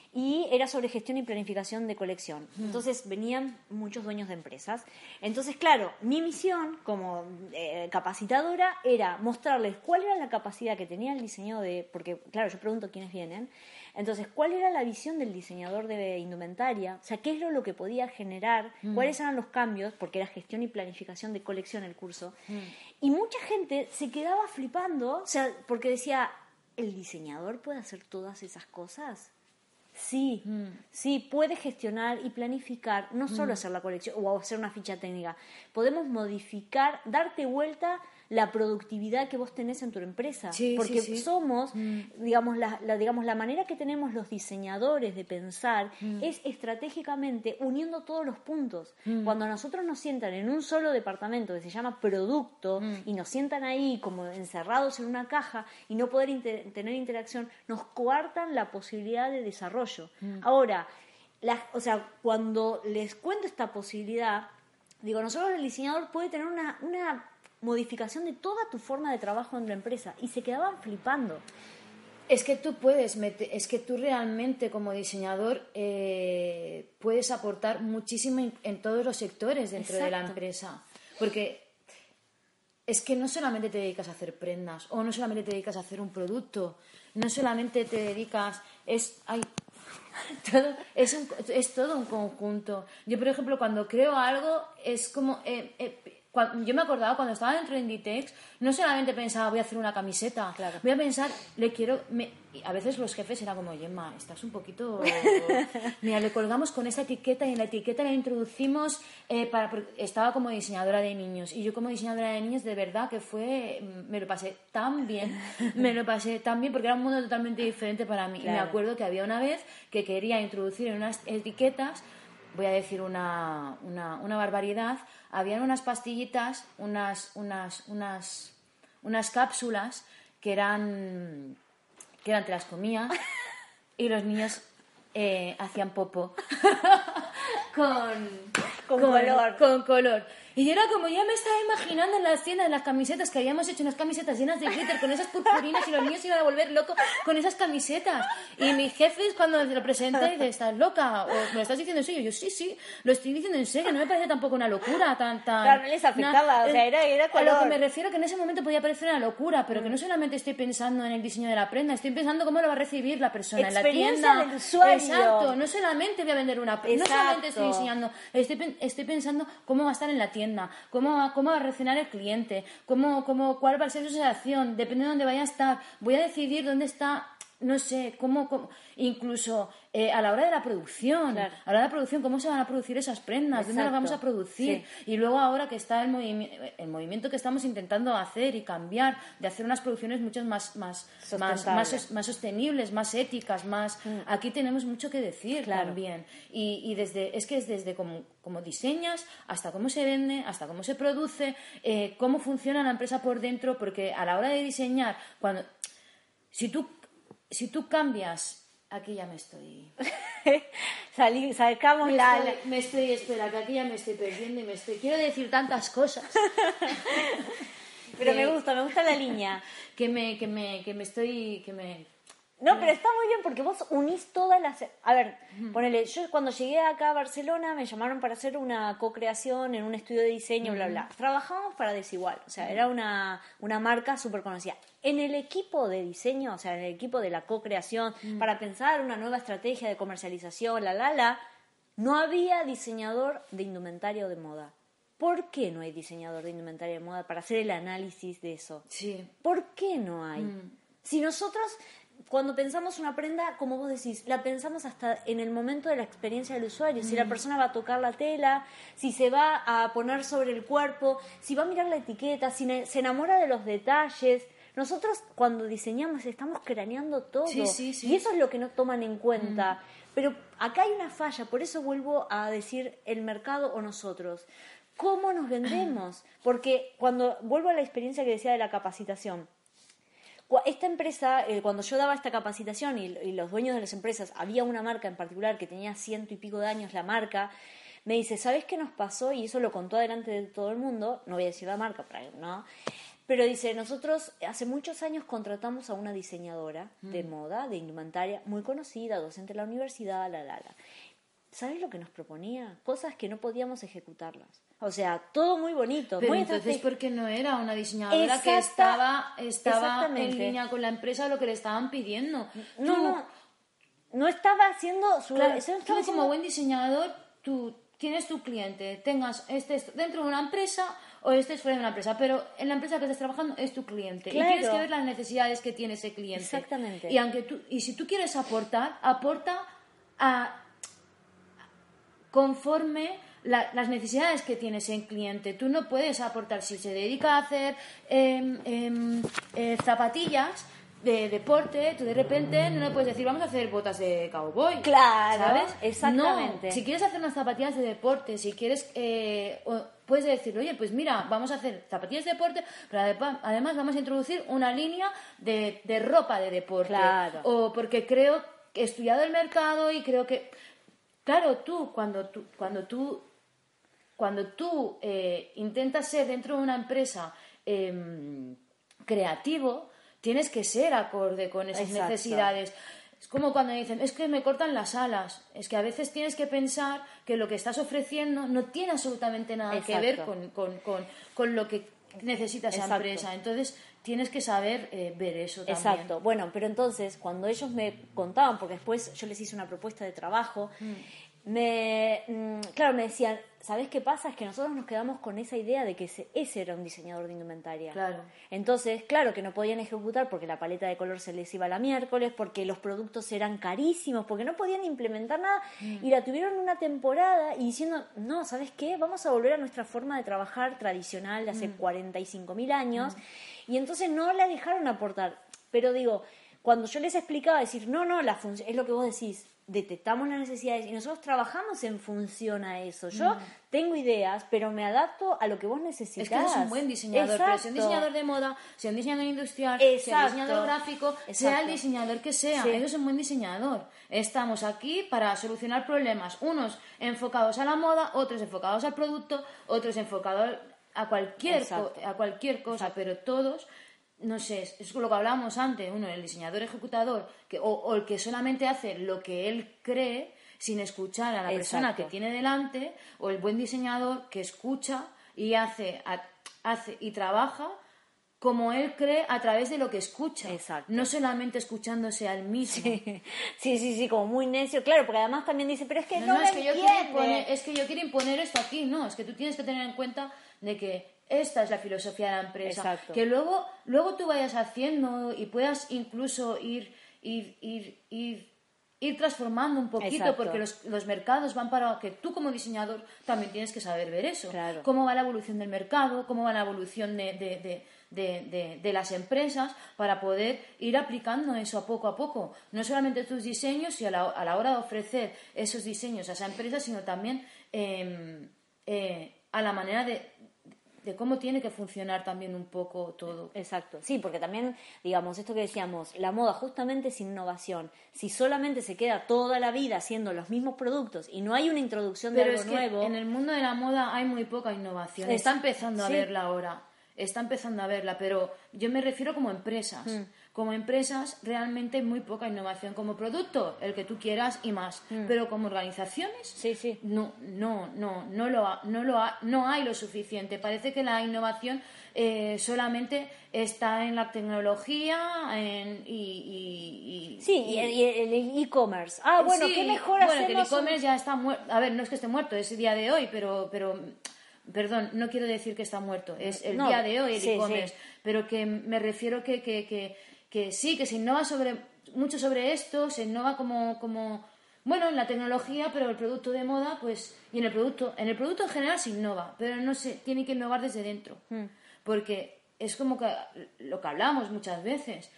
y era sobre gestión y planificación de colección. Entonces venían muchos dueños de empresas. Entonces, claro, mi misión como capacitadora era mostrarles cuál era la capacidad que tenía el diseño porque, claro, yo pregunto quiénes vienen. Entonces, ¿cuál era la visión del diseñador de indumentaria? O sea, ¿qué es lo que podía generar? ¿Cuáles eran los cambios? Porque era gestión y planificación de colección el curso. Y mucha gente se quedaba flipando, o sea, porque decía, ¿el diseñador puede hacer todas esas cosas? Sí, sí, puede gestionar y planificar, no solo hacer la colección o hacer una ficha técnica. Podemos modificar, darte vuelta la productividad que vos tenés en tu empresa. Porque somos, digamos, la manera que tenemos los diseñadores de pensar es estratégicamente uniendo todos los puntos. Cuando a nosotros nos sientan en un solo departamento que se llama producto y nos sientan ahí como encerrados en una caja y no poder tener interacción, nos coartan la posibilidad de desarrollo. Ahora, o sea, cuando les cuento esta posibilidad, digo, nosotros el diseñador puede tener una modificación de toda tu forma de trabajo en la empresa y se quedaban flipando. Es que tú es que tú realmente como diseñador puedes aportar muchísimo en todos los sectores dentro de la empresa, porque es que no solamente te dedicas a hacer prendas o no solamente te dedicas a hacer un producto, no solamente te dedicas, es todo un conjunto. Yo, por ejemplo, cuando creo algo es como... yo me acordaba cuando estaba dentro de Inditex, no solamente pensaba voy a hacer una camiseta, voy a pensar, a veces los jefes eran como, Gemma, estás un poquito... Mira, le colgamos con esta etiqueta y en la etiqueta la introducimos porque estaba como diseñadora de niños y yo como diseñadora de niños de verdad que me lo pasé tan bien porque era un mundo totalmente diferente para mí. Y me acuerdo que había una vez que quería introducir en unas etiquetas, voy a decir una barbaridad, habían unas pastillitas, unas cápsulas que te las comías y los niños hacían popo con color. Y yo era como, ya me estaba imaginando en las tiendas, en las camisetas, que habíamos hecho unas camisetas llenas de glitter con esas purpurinas y los niños se iban a volver locos con esas camisetas. Y mis jefes cuando se lo presenté dicen, ¿estás loca? ¿O me lo estás diciendo en serio? Yo, sí, lo estoy diciendo en serio, no me parece tampoco una locura tan... Claro, no les afectaba, o sea, era color. A lo que me refiero que en ese momento podía parecer una locura, pero que no solamente estoy pensando en el diseño de la prenda, estoy pensando cómo lo va a recibir la persona en la tienda. Del usuario. Exacto, no solamente voy a vender una prenda, no solamente estoy diseñando, estoy pensando cómo va a estar en la tienda, cómo va a reaccionar el cliente, cuál va a ser su sensación, depende de dónde vaya a estar, voy a decidir dónde está no sé, incluso a la hora de la producción, Claro. a la hora de la producción, cómo se van a producir esas prendas, dónde las vamos a producir. Sí. Y luego ahora que está el movimiento que estamos intentando hacer y cambiar, de hacer unas producciones mucho más sostenibles, más éticas, más... Aquí tenemos mucho que decir también. Y desde cómo diseñas, hasta cómo se vende, hasta cómo se produce, cómo funciona la empresa por dentro, porque a la hora de diseñar, si tú cambias... Aquí ya me estoy... Sacamos Espera, que aquí ya me estoy perdiendo y quiero decir tantas cosas. Pero me gusta la línea. No, pero está muy bien porque vos unís todas las... A ver, ponele, yo cuando llegué acá a Barcelona me llamaron para hacer una co-creación en un estudio de diseño, bla, bla. Trabajábamos para Desigual, o sea, era una marca súper conocida. En el equipo de diseño, o sea, en el equipo de la co-creación, para pensar una nueva estrategia de comercialización, no había diseñador de indumentaria o de moda. ¿Por qué no hay diseñador de indumentaria de moda para hacer el análisis de eso? Sí. ¿Por qué no hay? Si nosotros... Cuando pensamos una prenda, como vos decís, la pensamos hasta en el momento de la experiencia del usuario. Si la persona va a tocar la tela, si se va a poner sobre el cuerpo, si va a mirar la etiqueta, si se enamora de los detalles. Nosotros cuando diseñamos estamos craneando todo. Sí. Y eso es lo que no toman en cuenta. Pero acá hay una falla, por eso vuelvo a decir el mercado o nosotros. ¿Cómo nos vendemos? Porque cuando vuelvo a la experiencia que decía de la capacitación, esta empresa, cuando yo daba esta capacitación y los dueños de las empresas, había una marca en particular que tenía 100 y pico de años la marca, me dice, ¿sabés qué nos pasó? Y eso lo contó delante de todo el mundo, no voy a decir la marca, ¿no? Pero dice, nosotros hace muchos años contratamos a una diseñadora de moda, de indumentaria, muy conocida, docente de la universidad, ¿Sabés lo que nos proponía? Cosas que no podíamos ejecutarlas. O sea, todo muy bonito. Pero muy entonces, ¿por qué no era una diseñadora que estaba en línea con la empresa lo que le estaban pidiendo? No estaba haciendo su... Claro, eso no tú estaba como haciendo... buen diseñador, tú tienes tu cliente, tengas dentro de una empresa o estés fuera de una empresa, pero en la empresa que estés trabajando es tu cliente. Claro. Y tienes que ver las necesidades que tiene ese cliente. Exactamente. Y si tú quieres aporta conforme las necesidades que tiene ese cliente. Tú no puedes aportar, si se dedica a hacer zapatillas de deporte, tú de repente no le puedes decir vamos a hacer botas de cowboy. Claro, ¿sabes? exactamente. No, si quieres hacer unas zapatillas de deporte, si quieres puedes decir, oye, pues mira, vamos a hacer zapatillas de deporte, pero además vamos a introducir una línea de ropa de deporte. Claro. O porque creo que he estudiado el mercado y creo que... Claro, cuando tú intentas ser dentro de una empresa creativo, tienes que ser acorde con esas Exacto. necesidades. Es como cuando dicen, es que me cortan las alas. Es que a veces tienes que pensar que lo que estás ofreciendo no tiene absolutamente nada que ver con lo que necesita esa empresa. Entonces tienes que saber ver eso también. Exacto. Bueno, pero entonces cuando ellos me contaban, porque después yo les hice una propuesta de trabajo, me decían, ¿sabés qué pasa? Es que nosotros nos quedamos con esa idea de que ese era un diseñador de indumentaria. Claro. Entonces, claro que no podían ejecutar porque la paleta de color se les iba la miércoles, porque los productos eran carísimos, porque no podían implementar nada y la tuvieron una temporada y diciendo, no, ¿sabes qué? Vamos a volver a nuestra forma de trabajar tradicional de hace 45.000 años y entonces no la dejaron aportar. Pero digo, cuando yo les explicaba, decir, no, es lo que vos decís, detectamos las necesidades y nosotros trabajamos en función a eso. Yo tengo ideas, pero me adapto a lo que vos necesitas. Es que eres un buen diseñador, Exacto. pero sea un diseñador de moda, sea un diseñador industrial, Exacto. sea un diseñador gráfico, sea el Exacto. diseñador que sea, Sí. eres un buen diseñador. Estamos aquí para solucionar problemas, unos enfocados a la moda, otros enfocados al producto, otros enfocados a cualquier cosa, Exacto. pero todos... No sé, es lo que hablábamos antes, el diseñador ejecutador o el que solamente hace lo que él cree sin escuchar a la persona que tiene delante, o el buen diseñador que escucha y hace y trabaja como él cree a través de lo que escucha. Exacto. No solamente escuchándose al mismo. Sí, como muy necio, claro, porque además también dice, pero es que no es me que entiende. yo quiero imponer esto aquí, no, es que tú tienes que tener en cuenta de que esta es la filosofía de la empresa. Exacto. Que luego tú vayas haciendo y puedas incluso ir ir transformando un poquito, Exacto. porque los mercados van para que tú como diseñador también tienes que saber ver eso. Claro. Cómo va la evolución del mercado, cómo va la evolución de las empresas, para poder ir aplicando eso a poco. No solamente tus diseños y a la hora de ofrecer esos diseños a esa empresa, sino también a la manera de cómo tiene que funcionar también un poco todo. Exacto, sí, porque también, digamos, esto que decíamos, la moda justamente es innovación. Si solamente se queda toda la vida haciendo los mismos productos y no hay una introducción de Pero algo es que nuevo... en el mundo de la moda hay muy poca innovación. Está empezando a sí. verla ahora. Está empezando a verla, pero yo me refiero como empresas. Como empresas realmente hay muy poca innovación. Como producto, el que tú quieras y más. Pero como organizaciones, Sí. no hay lo suficiente. Parece que la innovación solamente está en la tecnología Sí, y el e-commerce. Ah, bueno, sí, ¿qué mejor bueno, hacemos? que el e-commerce ya está muerto. A ver, no es que esté muerto, es el día de hoy, pero perdón, no quiero decir que está muerto, es el día de hoy el sí, e-commerce, pero que me refiero que sí, que se innova mucho sobre esto, se innova como bueno, en la tecnología, pero el producto de moda, pues, y en el producto en general se innova, pero no se tiene que innovar desde dentro, porque es como que lo que hablamos muchas veces,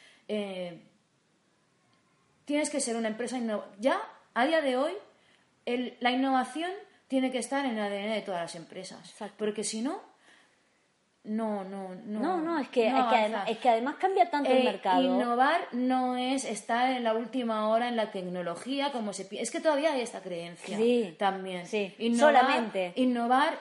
tienes que ser una empresa ya a día de hoy la innovación tiene que estar en el ADN de todas las empresas. Exacto. Porque si no, no es que además cambia tanto el mercado. Innovar no es estar en la última hora en la tecnología, como es que todavía hay esta creencia también. Sí, Solamente. Innovar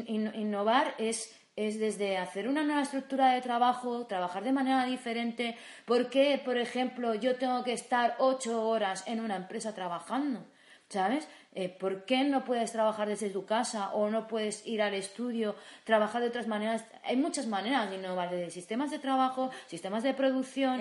es desde hacer una nueva estructura de trabajo, trabajar de manera diferente. ¿Por qué, por ejemplo, yo tengo que estar 8 horas en una empresa trabajando? ¿Sabes? ¿Por qué no puedes trabajar desde tu casa o no puedes ir al estudio, trabajar de otras maneras? Hay muchas maneras de innovar, desde sistemas de trabajo, sistemas de producción,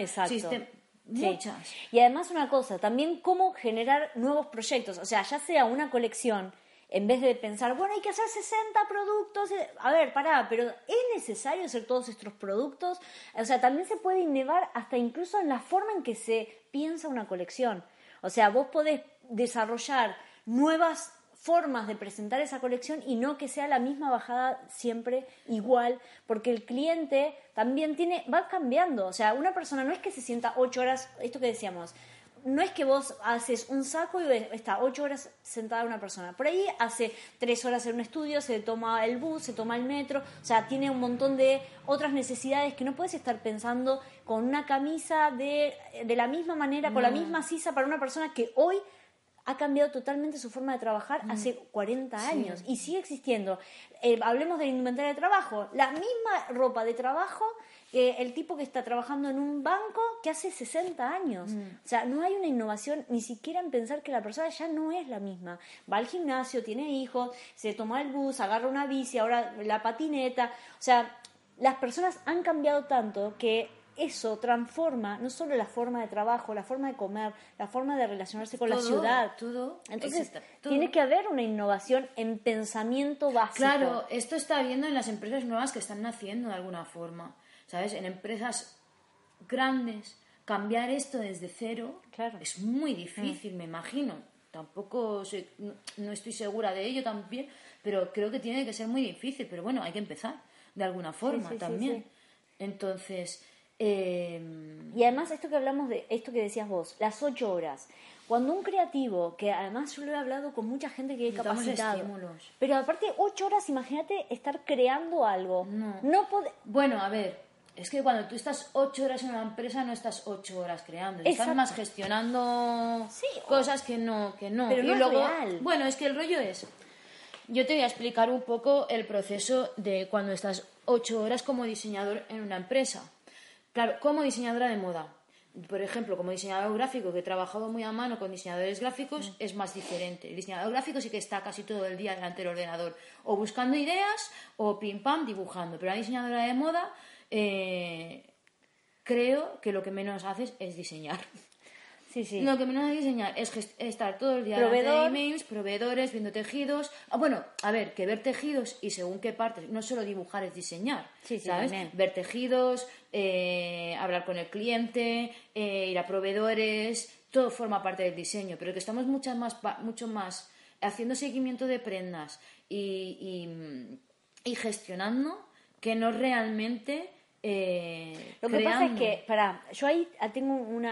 muchas. Sí. Y además una cosa, también cómo generar nuevos proyectos, o sea, ya sea una colección, en vez de pensar, bueno, hay que hacer 60 productos, a ver, pero ¿es necesario hacer todos estos productos? O sea, también se puede innovar hasta incluso en la forma en que se piensa una colección. O sea, vos podés desarrollar nuevas formas de presentar esa colección y no que sea la misma bajada siempre igual, porque el cliente también va cambiando. O sea, una persona no es que se sienta 8 horas, esto que decíamos, no es que vos haces un saco y está 8 horas sentada una persona. Por ahí hace 3 horas en un estudio, se toma el bus, se toma el metro, o sea, tiene un montón de otras necesidades que no puedes estar pensando con una camisa de la misma manera, con la misma sisa para una persona que hoy ha cambiado totalmente su forma de trabajar hace 40 años y sigue existiendo. Hablemos del inventario de trabajo, la misma ropa de trabajo que el tipo que está trabajando en un banco que hace 60 años. O sea, no hay una innovación ni siquiera en pensar que la persona ya no es la misma. Va al gimnasio, tiene hijos, se toma el bus, agarra una bici, ahora la patineta. O sea, las personas han cambiado tanto que eso transforma no solo la forma de trabajo, la forma de comer, la forma de relacionarse con la ciudad. Todo. Entonces, todo. tiene que haber una innovación en pensamiento básico. Claro, esto está habiendo en las empresas nuevas que están naciendo de alguna forma. ¿Sabes? En empresas grandes, cambiar esto desde cero es muy difícil, me imagino. Tampoco no estoy segura de ello también, pero creo que tiene que ser muy difícil. Pero bueno, hay que empezar de alguna forma también. Sí. Entonces... Y además esto que hablamos de esto que decías vos, las 8 horas. Cuando un creativo, que además yo lo he hablado con mucha gente que he capacitado, pero aparte 8 horas, imagínate estar creando algo. Bueno, a ver, es que cuando tú estás 8 horas en una empresa no estás 8 horas creando, estás más gestionando cosas que no. Pero y no luego, es real. Bueno, es que el rollo es... Yo te voy a explicar un poco el proceso de cuando estás 8 horas como diseñador en una empresa. Claro, como diseñadora de moda, por ejemplo, como diseñador gráfico, que he trabajado muy a mano con diseñadores gráficos, es más diferente. El diseñador gráfico sí que está casi todo el día delante del ordenador, o buscando ideas, o pim pam, dibujando. Pero la diseñadora de moda, creo que lo que menos haces es diseñar. Sí. Lo que menos hay que diseñar es estar todo el día delante de emails, proveedores, viendo tejidos. Bueno, a ver, que ver tejidos y según qué partes, no solo dibujar es diseñar, Sí, ¿sabes? también. Ver tejidos, hablar con el cliente, ir a proveedores, todo forma parte del diseño, pero que estamos mucho más haciendo seguimiento de prendas y gestionando que no realmente Lo que pasa es creando. que, yo ahí tengo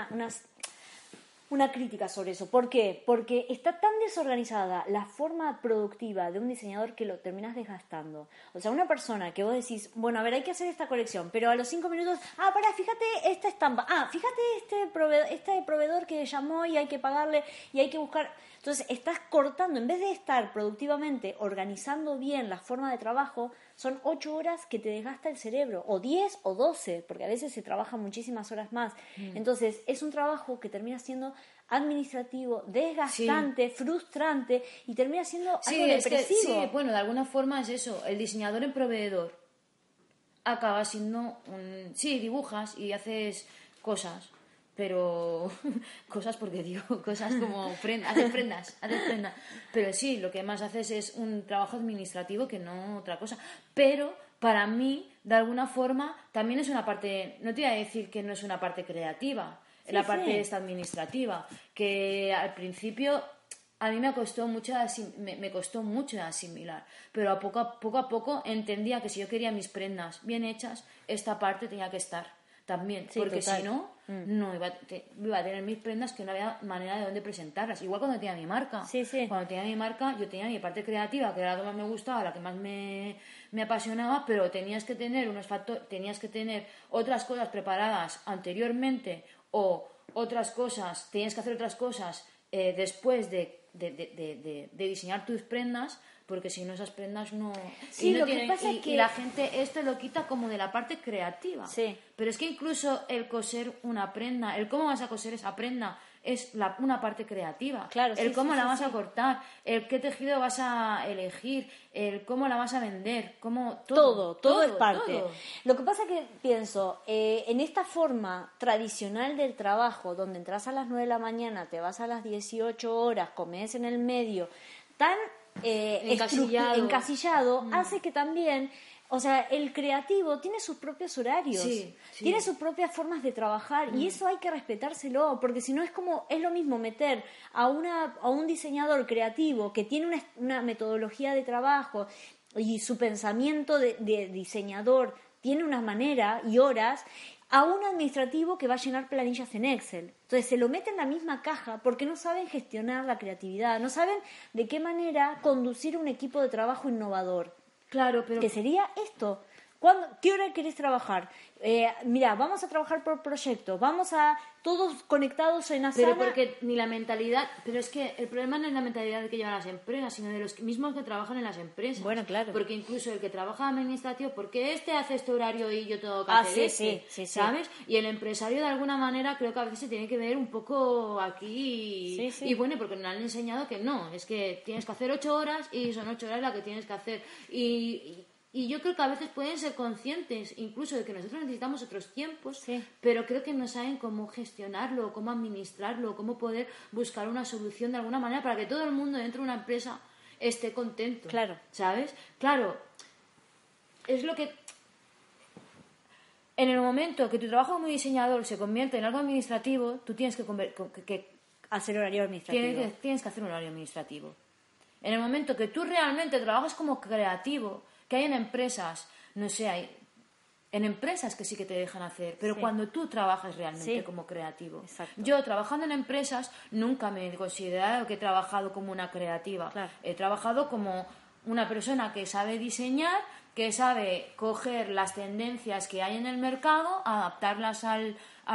una crítica sobre eso. ¿Por qué? Porque está tan desorganizada la forma productiva de un diseñador que lo terminas desgastando. O sea, una persona que vos decís, bueno, a ver, hay que hacer esta colección, pero a los 5 minutos, fíjate esta estampa, fíjate este proveedor que llamó y hay que pagarle y hay que buscar. Entonces, estás cortando, en vez de estar productivamente organizando bien la forma de trabajo, son 8 horas que te desgasta el cerebro, o 10 o 12, porque a veces se trabaja muchísimas horas más. Entonces, es un trabajo que termina siendo administrativo, desgastante, frustrante, y termina siendo algo depresivo. Sí, bueno, de alguna forma es eso. El diseñador en proveedor acaba siendo sí, dibujas y haces cosas, pero cosas porque digo, cosas como haces prendas. Pero sí, lo que más haces es un trabajo administrativo que no otra cosa. Pero para mí, de alguna forma, también es una parte, no te voy a decir que no es una parte creativa, la parte esta administrativa, que al principio a mí me costó mucho asimilar, pero poco a poco entendía que si yo quería mis prendas bien hechas, esta parte tenía que estar también, porque total. si no, no iba a tener mis prendas que no había manera de dónde presentarlas. Igual cuando tenía mi marca. Sí. Cuando tenía mi marca, yo tenía mi parte creativa, que era la que más me gustaba, la que más me apasionaba, pero tenías que tener tenías que tener otras cosas preparadas anteriormente o tenías que hacer otras cosas después de diseñar tus prendas, porque si no esas prendas no... Sí, y, no lo que pasa es que... y la gente esto lo quita como de la parte creativa. Sí. Pero es que incluso el coser una prenda, el cómo vas a coser esa prenda, es una parte creativa. Claro, el sí, cómo sí, la sí, vas sí. a cortar, el qué tejido vas a elegir, el cómo la vas a vender, Todo es parte. todo. Lo que pasa que pienso, en esta forma tradicional del trabajo, donde entras a las 9 de la mañana, te vas a las 18 horas, comes en el medio, tan encasillado, hace que también, o sea, el creativo tiene sus propios horarios, Sí. tiene sus propias formas de trabajar, y eso hay que respetárselo, porque si no es lo mismo meter a un diseñador creativo que tiene una metodología de trabajo y su pensamiento de diseñador tiene una manera y horas, a un administrativo que va a llenar planillas en Excel. Entonces se lo mete en la misma caja porque no saben gestionar la creatividad, no saben de qué manera conducir un equipo de trabajo innovador. Claro, pero... Que sería esto. ¿Qué hora querés trabajar? Mira, vamos a trabajar por proyecto, vamos a todos conectados en Asana. Pero porque ni la mentalidad... Pero es que el problema no es la mentalidad que llevan las empresas, sino de los mismos que trabajan en las empresas. Bueno, claro. Porque incluso el que trabaja administrativo, porque hace este horario y yo tengo que hacer sí. ¿sabes? Y el empresario de alguna manera creo que a veces se tiene que ver un poco aquí Sí. y bueno, porque nos han enseñado que no, es que tienes que hacer 8 horas y son 8 horas las que tienes que hacer y yo creo que a veces pueden ser conscientes incluso de que nosotros necesitamos otros tiempos, pero creo que no saben cómo gestionarlo, cómo administrarlo, cómo poder buscar una solución de alguna manera para que todo el mundo dentro de una empresa esté contento. Claro. ¿Sabes? Claro. Es lo que... En el momento que tu trabajo como diseñador se convierte en algo administrativo, tú tienes que Hacer horario administrativo. tienes que hacer un horario administrativo. En el momento que tú realmente trabajas como creativo, que hay en empresas, no sé, hay en empresas que sí que te dejan hacer, pero cuando tú trabajas realmente como creativo. Exacto. Yo trabajando en empresas nunca me he considerado que he trabajado como una creativa. Claro. He trabajado como una persona que sabe diseñar, que sabe coger las tendencias que hay en el mercado, adaptarlas a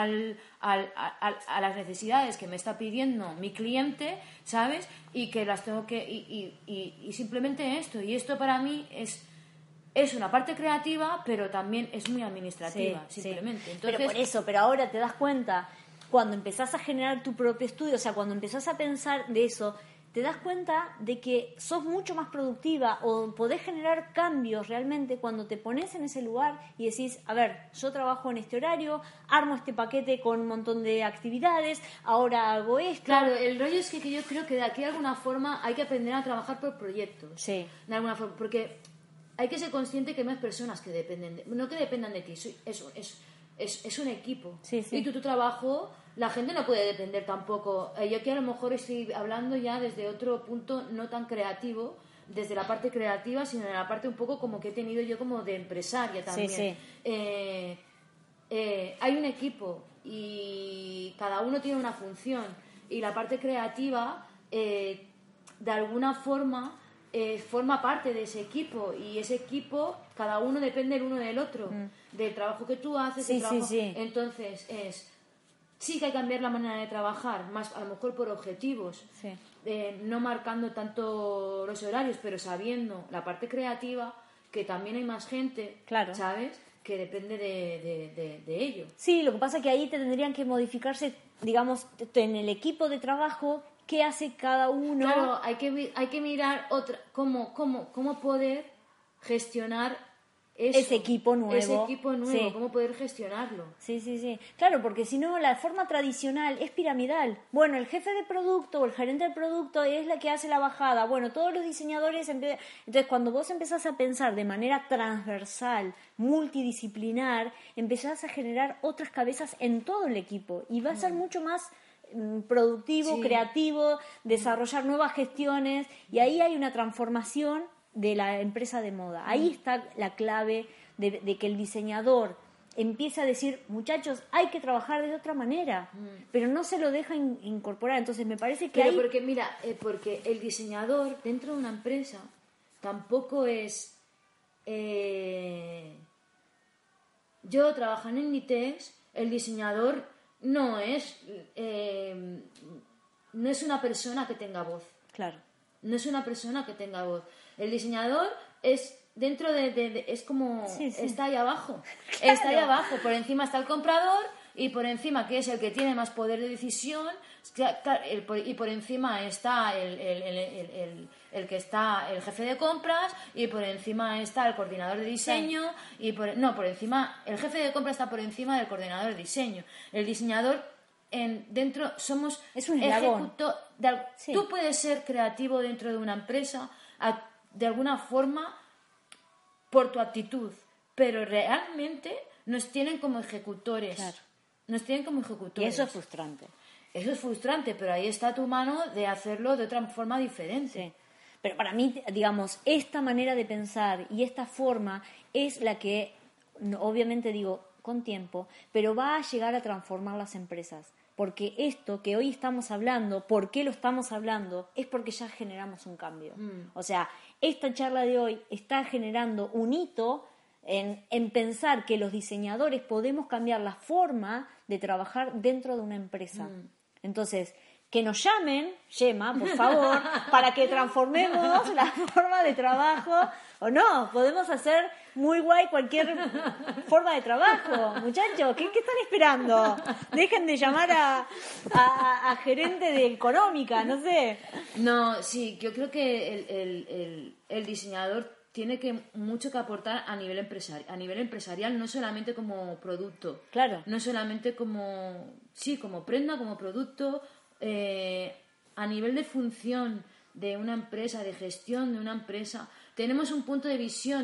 las necesidades que me está pidiendo mi cliente, ¿sabes? Y que las tengo que... Y simplemente esto. Y esto para mí es una parte creativa, pero también es muy administrativa, simplemente. Entonces, Pero ahora te das cuenta, cuando empezás a generar tu propio estudio, o sea, cuando empezás a pensar de eso, te das cuenta de que sos mucho más productiva o podés generar cambios realmente cuando te pones en ese lugar y decís, a ver, yo trabajo en este horario, armo este paquete con un montón de actividades, ahora hago esto. Claro, el rollo es que yo creo que de aquí de alguna forma hay que aprender a trabajar por proyectos. Sí. De alguna forma, porque hay que ser consciente que hay más personas que dependen, no que dependan de ti, es un equipo. Sí, sí. Y tu trabajo, la gente no puede depender tampoco. Yo aquí a lo mejor estoy hablando ya desde otro punto no tan creativo, desde la parte creativa, sino en la parte un poco como que he tenido yo como de empresaria también. Sí, Hay un equipo y cada uno tiene una función, y la parte creativa de alguna forma forma parte de ese equipo, y ese equipo cada uno depende el uno del otro, del trabajo que tú haces, Sí, del trabajo. sí. Entonces sí que hay que cambiar la manera de trabajar, más a lo mejor por objetivos, Sí. no marcando tanto los horarios, pero sabiendo la parte creativa, que también hay más gente, Claro. ¿sabes?, que depende de ello. Sí, lo que pasa es que ahí te tendrían que modificarse, digamos, en el equipo de trabajo, qué hace cada uno. Claro, hay que mirar cómo poder gestionar eso, Ese equipo nuevo. Sí. cómo poder gestionarlo. Sí, sí, sí. Claro, porque si no, la forma tradicional es piramidal. Bueno, el jefe de producto o el gerente de producto es la que hace la bajada. Bueno, todos los diseñadores... Entonces, cuando vos empezás a pensar de manera transversal, multidisciplinar, empezás a generar otras cabezas en todo el equipo. Y va a ser mucho más productivo, Sí. creativo, desarrollar nuevas gestiones. Y ahí hay una transformación de la empresa de moda. Ahí está la clave de que el diseñador empieza a decir, muchachos, hay que trabajar de otra manera, pero no se lo deja incorporar. Entonces me parece que Pero ahí... porque, mira, porque el diseñador dentro de una empresa tampoco es... yo trabajando en Inditex, el diseñador no es una persona que tenga voz. Claro. No es una persona que tenga voz. El diseñador es dentro es como... Sí, sí. Está ahí abajo. Claro. Está ahí abajo. Por encima está el comprador, y por encima, que es el que tiene más poder de decisión, y por encima está el que está el jefe de compras, y por encima está el coordinador de diseño, y por encima el jefe de compras está por encima del coordinador de diseño. El diseñador dentro somos Es un eslabón. Sí. Tú puedes ser creativo dentro de una empresa de alguna forma por tu actitud, pero realmente nos tienen como ejecutores. Claro. Nos tienen como Y ejecutores. eso es frustrante. Eso es frustrante, pero ahí está tu mano de hacerlo de otra forma diferente. Sí. Pero para mí, digamos, esta manera de pensar y esta forma es la que, obviamente digo, con tiempo, pero va a llegar a transformar las empresas. Porque esto que hoy estamos hablando, ¿por qué lo estamos hablando? Es porque ya generamos un cambio. O sea, esta charla de hoy está generando un hito en pensar que los diseñadores podemos cambiar la forma de trabajar dentro de una empresa. Entonces, que nos llamen, Gemma, por favor, para que transformemos la forma de trabajo, o no, podemos hacer muy guay cualquier forma de trabajo. Muchachos, ¿qué están esperando? Dejen de llamar a gerente de económica, no sé. No, sí, yo creo que el diseñador tiene mucho que aportar a nivel empresarial, no solamente como producto. Claro. No solamente como prenda, como producto, a nivel de función de una empresa, de gestión de una empresa. Tenemos un punto de visión,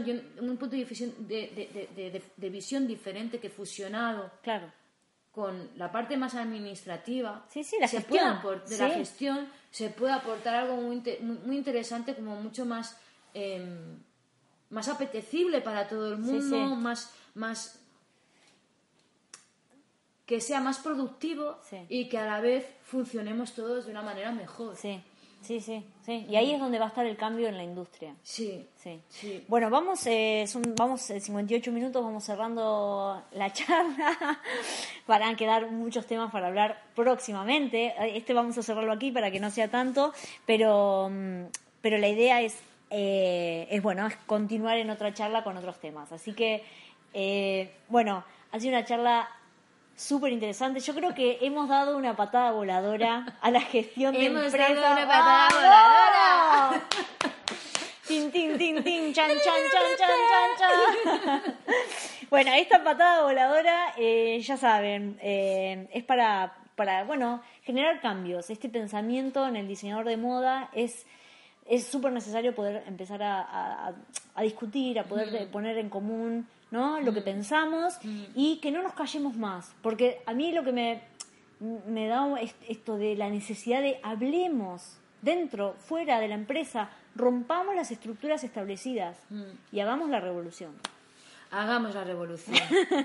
de visión diferente, que fusionado, Claro. con la parte más administrativa, Sí, la gestión. la gestión, se puede aportar algo muy interesante, como mucho más más apetecible para todo el mundo, más que sea más productivo, y que a la vez funcionemos todos de una manera mejor. Sí. Y ahí es donde va a estar el cambio en la industria. Sí. Bueno, vamos 58 minutos, vamos cerrando la charla. Van a quedar muchos temas para hablar próximamente. Vamos a cerrarlo aquí para que no sea tanto, pero la idea es continuar en otra charla con otros temas. Así que, ha sido una charla súper interesante. Yo creo que hemos dado una patada voladora a la gestión de Hemos empresas. dado una patada ¡Vamos! Tin, tin, tin, tin, chan, chan, chan, chan, chan, chan. Bueno, esta patada voladora, ya saben, es para, bueno, generar cambios. Este pensamiento en el diseñador de moda es súper necesario poder empezar a discutir, a poder poner en común, ¿no? Lo que pensamos y que no nos callemos más. Porque a mí lo que me da esto de la necesidad de hablemos dentro, fuera de la empresa, rompamos las estructuras establecidas y hagamos la revolución. Hagamos la revolución.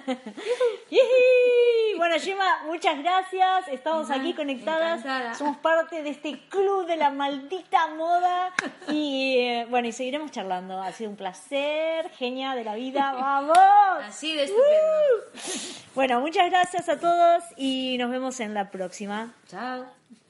Bueno, Gemma, muchas gracias. Estamos aquí conectadas. Encantada. Somos parte de este club de la maldita moda. Y bueno, y seguiremos charlando. Ha sido un placer. Genia de la vida. ¡Vamos! Así de estupendo. Bueno, muchas gracias a todos y nos vemos en la próxima. Chao.